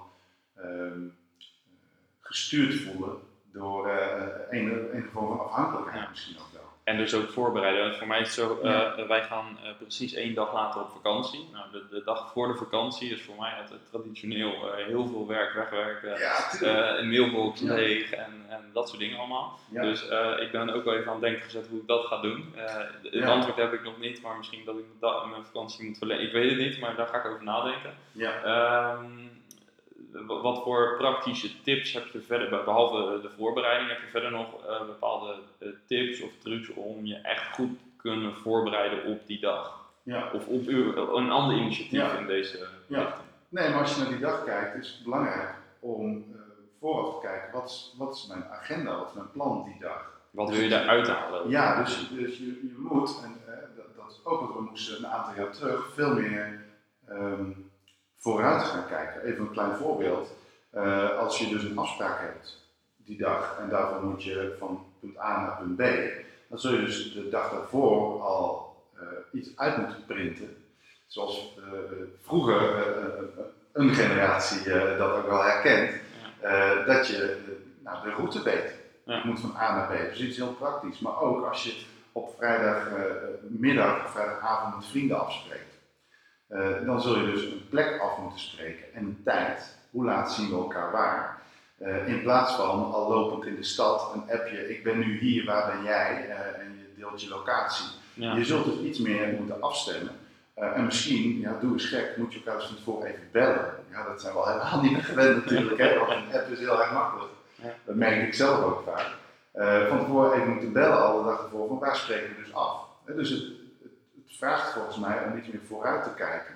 gestuurd voelen door een vorm van afhankelijkheid misschien ook wel? En dus ook voorbereiden. Voor mij is het zo, wij gaan precies 1 dag later op vakantie. Nou, de dag voor de vakantie is voor mij altijd traditioneel heel veel werk wegwerken. Een mailbox leeg en dat soort dingen allemaal. Ja. Dus ik ben ook wel even aan het denken gezet hoe ik dat ga doen. Het antwoord heb ik nog niet, maar misschien dat ik mijn vakantie moet verlengen. Ik weet het niet, maar daar ga ik over nadenken. Ja. Wat voor praktische tips heb je verder, behalve de voorbereiding, heb je verder nog bepaalde tips of trucs om je echt goed te kunnen voorbereiden op die dag? Ja. Of op een ander initiatief in deze richting? Nee, maar als je naar die dag kijkt, is het belangrijk om vooraf te kijken, wat is mijn agenda, wat is mijn plan die dag? Wat wil je daaruit halen? Ja, dus je moet, en dat is ook wat we moesten een aantal jaar terug, veel meer vooruit gaan kijken. Even een klein voorbeeld. Als je dus een afspraak hebt die dag en daarvoor moet je van punt A naar punt B, dan zul je dus de dag daarvoor al iets uit moeten printen. Zoals vroeger een generatie dat ook wel herkent, dat je de route weet. Je moet van A naar B. Dus iets heel praktisch. Maar ook als je op vrijdagmiddag of vrijdagavond met vrienden afspreekt. Dan zul je dus een plek af moeten spreken en een tijd. Hoe laat zien we elkaar waar? In plaats van al lopend in de stad een appje, ik ben nu hier, waar ben jij? En je deelt je locatie. Ja. Je zult dus iets meer moeten afstemmen En misschien, doe eens gek, moet je elkaar dus van tevoren even bellen. Ja, dat zijn we al helemaal niet meer gewend natuurlijk, hè, want een app is heel erg makkelijk. Ja. Dat merk ik zelf ook vaak. Van tevoren even moeten bellen al de dag ervoor, van waar spreken we dus af. Dus het vraagt volgens mij om iets meer vooruit te kijken.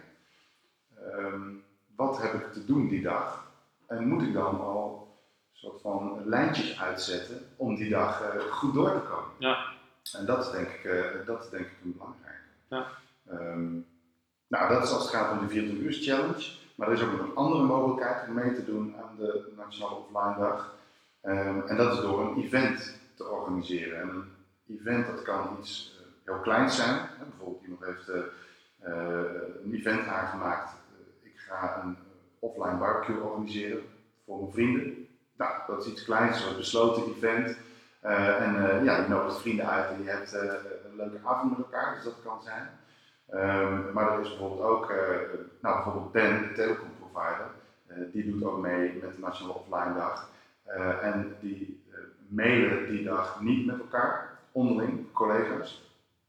Wat heb ik te doen die dag? En moet ik dan al een soort van lijntjes uitzetten om die dag goed door te komen? Ja. En dat is denk ik een belangrijke. Ja. Dat is als het gaat om de 24 uur challenge. Maar er is ook nog een andere mogelijkheid om mee te doen aan de Nationale Offline Dag. En dat is door een event te organiseren. En een event dat kan iets heel kleins zijn. Bijvoorbeeld iemand heeft een event aangemaakt. Ik ga een offline barbecue organiseren voor mijn vrienden. Nou, dat is iets kleins, een besloten event. Je nodigt vrienden uit en je hebt een leuke avond met elkaar, dus dat kan zijn. Maar er is bijvoorbeeld ook, bijvoorbeeld Ben, de telecomprovider, die doet ook mee met de Nationale Offline Dag. En die mailen die dag niet met elkaar, onderling, collega's.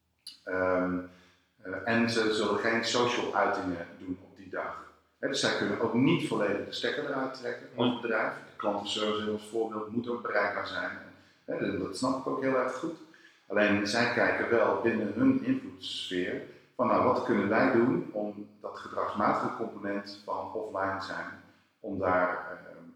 En ze zullen geen social uitingen doen op die dag. Dus zij kunnen ook niet volledig de stekker eruit trekken als bedrijf. De klantenservice als voorbeeld moet ook bereikbaar zijn. Dat snap ik ook heel erg goed. Alleen zij kijken wel binnen hun invloedssfeer van wat kunnen wij doen om dat gedragsmatige component van offline zijn, om daar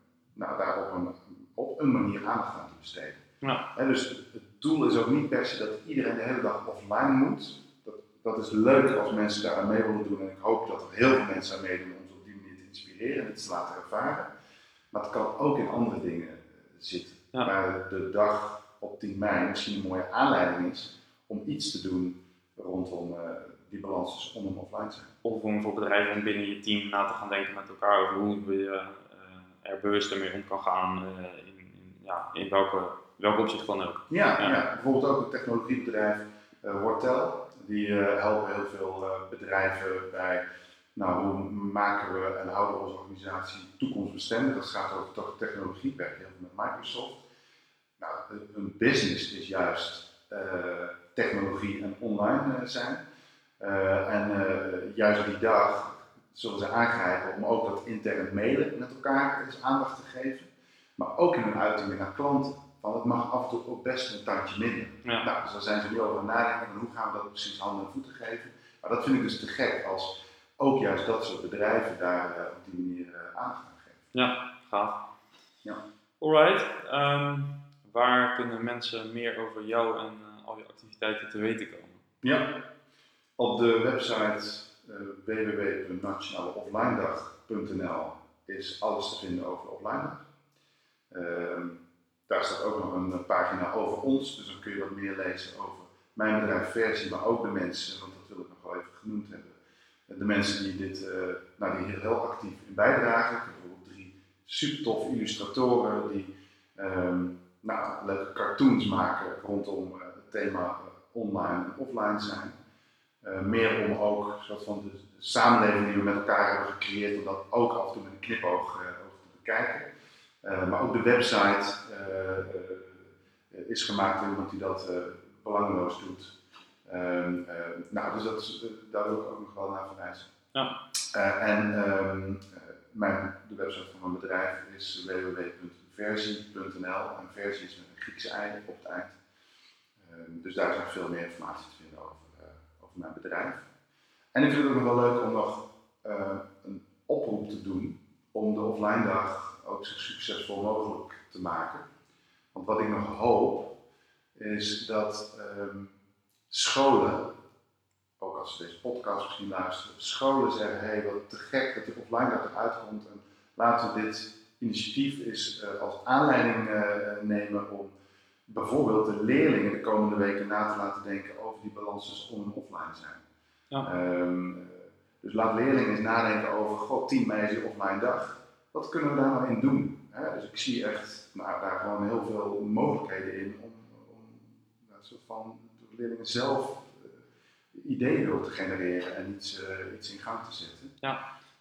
op een manier aandacht aan te besteden. Ja. Dus het doel is ook niet per se dat iedereen de hele dag offline moet. Dat is leuk als mensen daar aan mee willen doen en ik hoop dat er heel veel mensen aan meedoen om ze op die manier te inspireren en het te laten ervaren. Maar het kan ook in andere dingen zitten. Ja. Waar de dag op 10 mei misschien een mooie aanleiding is om iets te doen rondom die balans tussen on- en offline zijn. Of om voor bedrijven om binnen je team na te gaan denken met elkaar over hoe je er bewuster mee om kan gaan in welk opzicht dan ook. Ja, bijvoorbeeld ook het technologiebedrijf Wortel. Die helpen heel veel bedrijven bij hoe maken we en houden we onze organisatie toekomstbestendig. Dat gaat over technologie, ik werk heel veel met Microsoft. Hun business is juist technologie en online zijn. Juist die dag zullen ze aangrijpen om ook dat interne mailen met elkaar eens aandacht te geven. Maar ook in hun uitingen naar klanten. Want het mag af en toe ook best een tandje minder. Ja. Dus daar zijn ze nu over aan nadenken. En hoe gaan we dat precies handen en voeten geven? Maar dat vind ik dus te gek als ook juist dat soort bedrijven daar op die manier aandacht aan geven. Ja, gaaf. Ja. Alright. Waar kunnen mensen meer over jou en al je activiteiten te weten komen? Ja, op de website www.nationaleofflinedag.nl is alles te vinden over de offline dag. Daar staat ook nog een pagina over ons, dus dan kun je wat meer lezen over mijn bedrijf Versie, maar ook de mensen, want dat wil ik nog wel even genoemd hebben. De mensen die die hier heel actief in bijdragen. Ik heb bijvoorbeeld 3 super toffe illustratoren die leuke cartoons maken rondom het thema online en offline zijn. Meer om ook een soort van de samenleving die we met elkaar hebben gecreëerd, om dat ook af en toe met een knipoog te bekijken. Maar ook de website is gemaakt door iemand die dat belangeloos doet. Dus daar wil ik ook nog wel naar verwijzen. Ja. De website van mijn bedrijf is www.versie.nl en versie is met een Griekse ei op het eind. Dus daar is nog veel meer informatie te vinden over mijn bedrijf. En ik vind het ook nog wel leuk om nog een oproep te doen om de offline dag ook zo succesvol mogelijk te maken. Want wat ik nog hoop is dat scholen, ook als ze deze podcast misschien luisteren, scholen zeggen, hey, wat te gek dat die offline dag eruit komt en laten we dit initiatief eens als aanleiding nemen om bijvoorbeeld de leerlingen de komende weken na te laten denken over die balans tussen on- en offline zijn. Ja. Dus laat leerlingen eens nadenken over, 10 mei is die offline dag. Wat kunnen we daar nou in doen? Dus ik zie echt daar gewoon heel veel mogelijkheden in om soort van de leerlingen zelf ideeën door te genereren en iets in gang te zetten. Ja.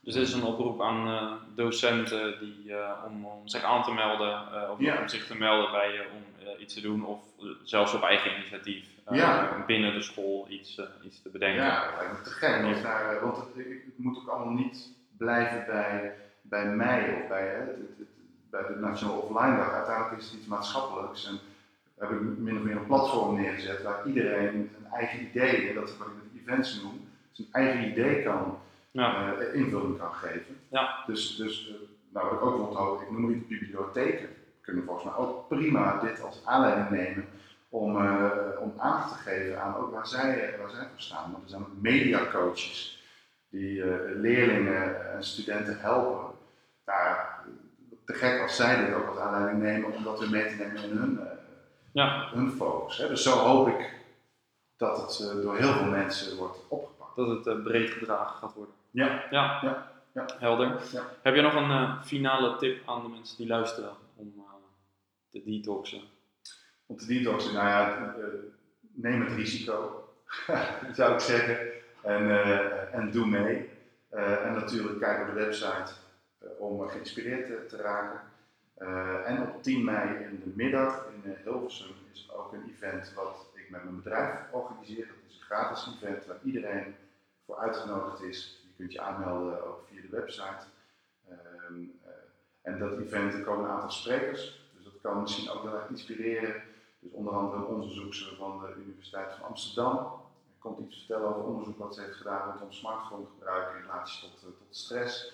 Dus dit is een oproep aan docenten om zich aan te melden of om zich te melden bij je om iets te doen of zelfs op eigen initiatief binnen de school iets te bedenken. Ja, dat lijkt me te gek. Want het moet ook allemaal niet blijven bij mij of bij de Nationale Offline Dag. Uiteindelijk is het iets maatschappelijks en heb ik min of meer een platform neergezet waar iedereen zijn eigen idee, en dat is wat ik met events noem, zijn eigen idee kan invulling kan geven. Ja. Dus wat ik ook wil ik noem het bibliotheken, kunnen volgens mij ook prima dit als aanleiding nemen om aandacht te geven aan ook waar zij voor staan. Want er zijn ook mediacoaches die leerlingen en studenten helpen. Te gek als zij dit ook als aanleiding nemen om dat weer mee te nemen in hun focus. Hè. Dus zo hoop ik dat het door heel veel mensen wordt opgepakt. Dat het breed gedragen gaat worden. Ja. Helder. Ja. Heb je nog een finale tip aan de mensen die luisteren om te detoxen? Om te detoxen, neem het risico, zou ik zeggen. En doe mee. En natuurlijk kijk op de website om geïnspireerd te raken. En op 10 mei in de middag in Hilversum is ook een event wat ik met mijn bedrijf organiseer. Dat is een gratis event waar iedereen voor uitgenodigd is. Je kunt je aanmelden ook via de website. En dat event, er komen een aantal sprekers. Dus dat kan misschien ook heel erg inspireren. Dus onder andere een onderzoekster van de Universiteit van Amsterdam. Er komt iets vertellen over onderzoek wat ze heeft gedaan rondom smartphonegebruik in relatie tot stress.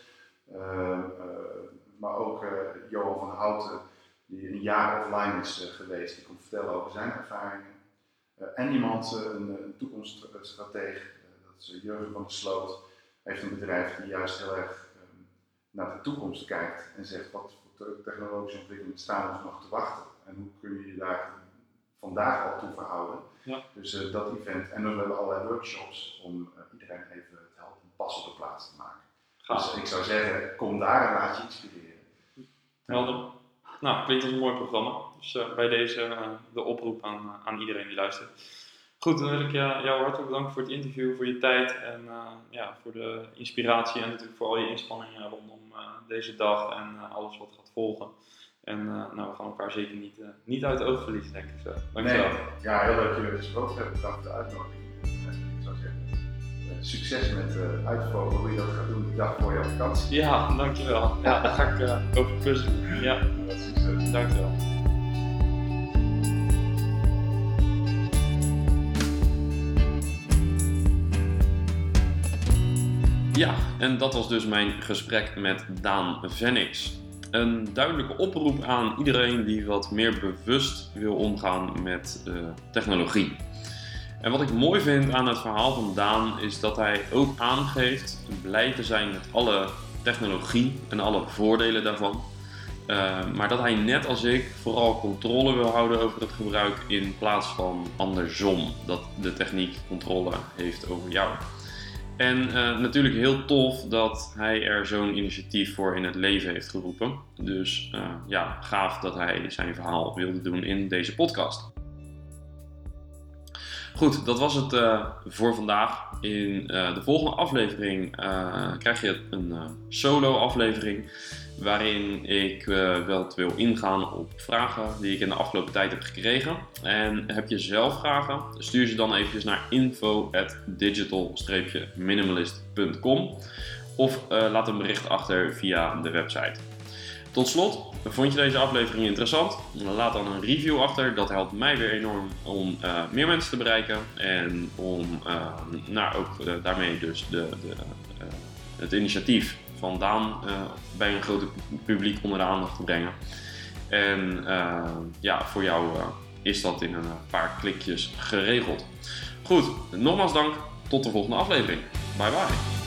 Maar ook Johan van Houten, die een jaar offline is geweest, die komt vertellen over zijn ervaringen. En iemand, een toekomststrateeg, dat is Jurgen van der Sloot, heeft een bedrijf die juist heel erg naar de toekomst kijkt en zegt wat voor technologische ontwikkelingen staan ons nog te wachten en hoe kun je je daar vandaag al toe verhouden. Ja. Dus dat event. En dan hebben we allerlei workshops om iedereen even te helpen een pas op de plaats te maken. Dus ik zou zeggen, kom daar en laat je inspireren. Helder. Nou, klinkt als een mooi programma. Dus bij deze de oproep aan iedereen die luistert. Goed, dan wil ik jou hartelijk bedanken voor het interview, voor je tijd en voor de inspiratie en natuurlijk voor al je inspanningen rondom deze dag en alles wat gaat volgen. En we gaan elkaar zeker niet uit het oog verliezen, denk ik zo. Dankjewel. Nee. Ja, heel leuk dat jullie gesproken hebben. Bedankt voor de uitnodiging. Ik zou zeggen, succes met uitvoeren hoe je dat gaat doen de dag voor je vakantie. Ja, dankjewel. Ja, daar ga ik over puzzelen. Ja, succes. Dankjewel. Ja, en dat was dus mijn gesprek met Daan Vennix. Een duidelijke oproep aan iedereen die wat meer bewust wil omgaan met technologie. En wat ik mooi vind aan het verhaal van Daan is dat hij ook aangeeft blij te zijn met alle technologie en alle voordelen daarvan. Maar dat hij net als ik vooral controle wil houden over het gebruik in plaats van andersom. Dat de techniek controle heeft over jou. En natuurlijk heel tof dat hij er zo'n initiatief voor in het leven heeft geroepen. Dus gaaf dat hij zijn verhaal wilde doen in deze podcast. Goed, dat was het voor vandaag. In de volgende aflevering krijg je een solo aflevering waarin ik wel wil ingaan op vragen die ik in de afgelopen tijd heb gekregen. En heb je zelf vragen, stuur ze dan eventjes naar info@digital-minimalist.com of laat een bericht achter via de website. Tot slot, vond je deze aflevering interessant? Laat dan een review achter, dat helpt mij weer enorm om meer mensen te bereiken en om ook daarmee dus het initiatief van Daan bij een groter publiek onder de aandacht te brengen. En voor jou is dat in een paar klikjes geregeld. Goed, nogmaals dank, tot de volgende aflevering. Bye bye.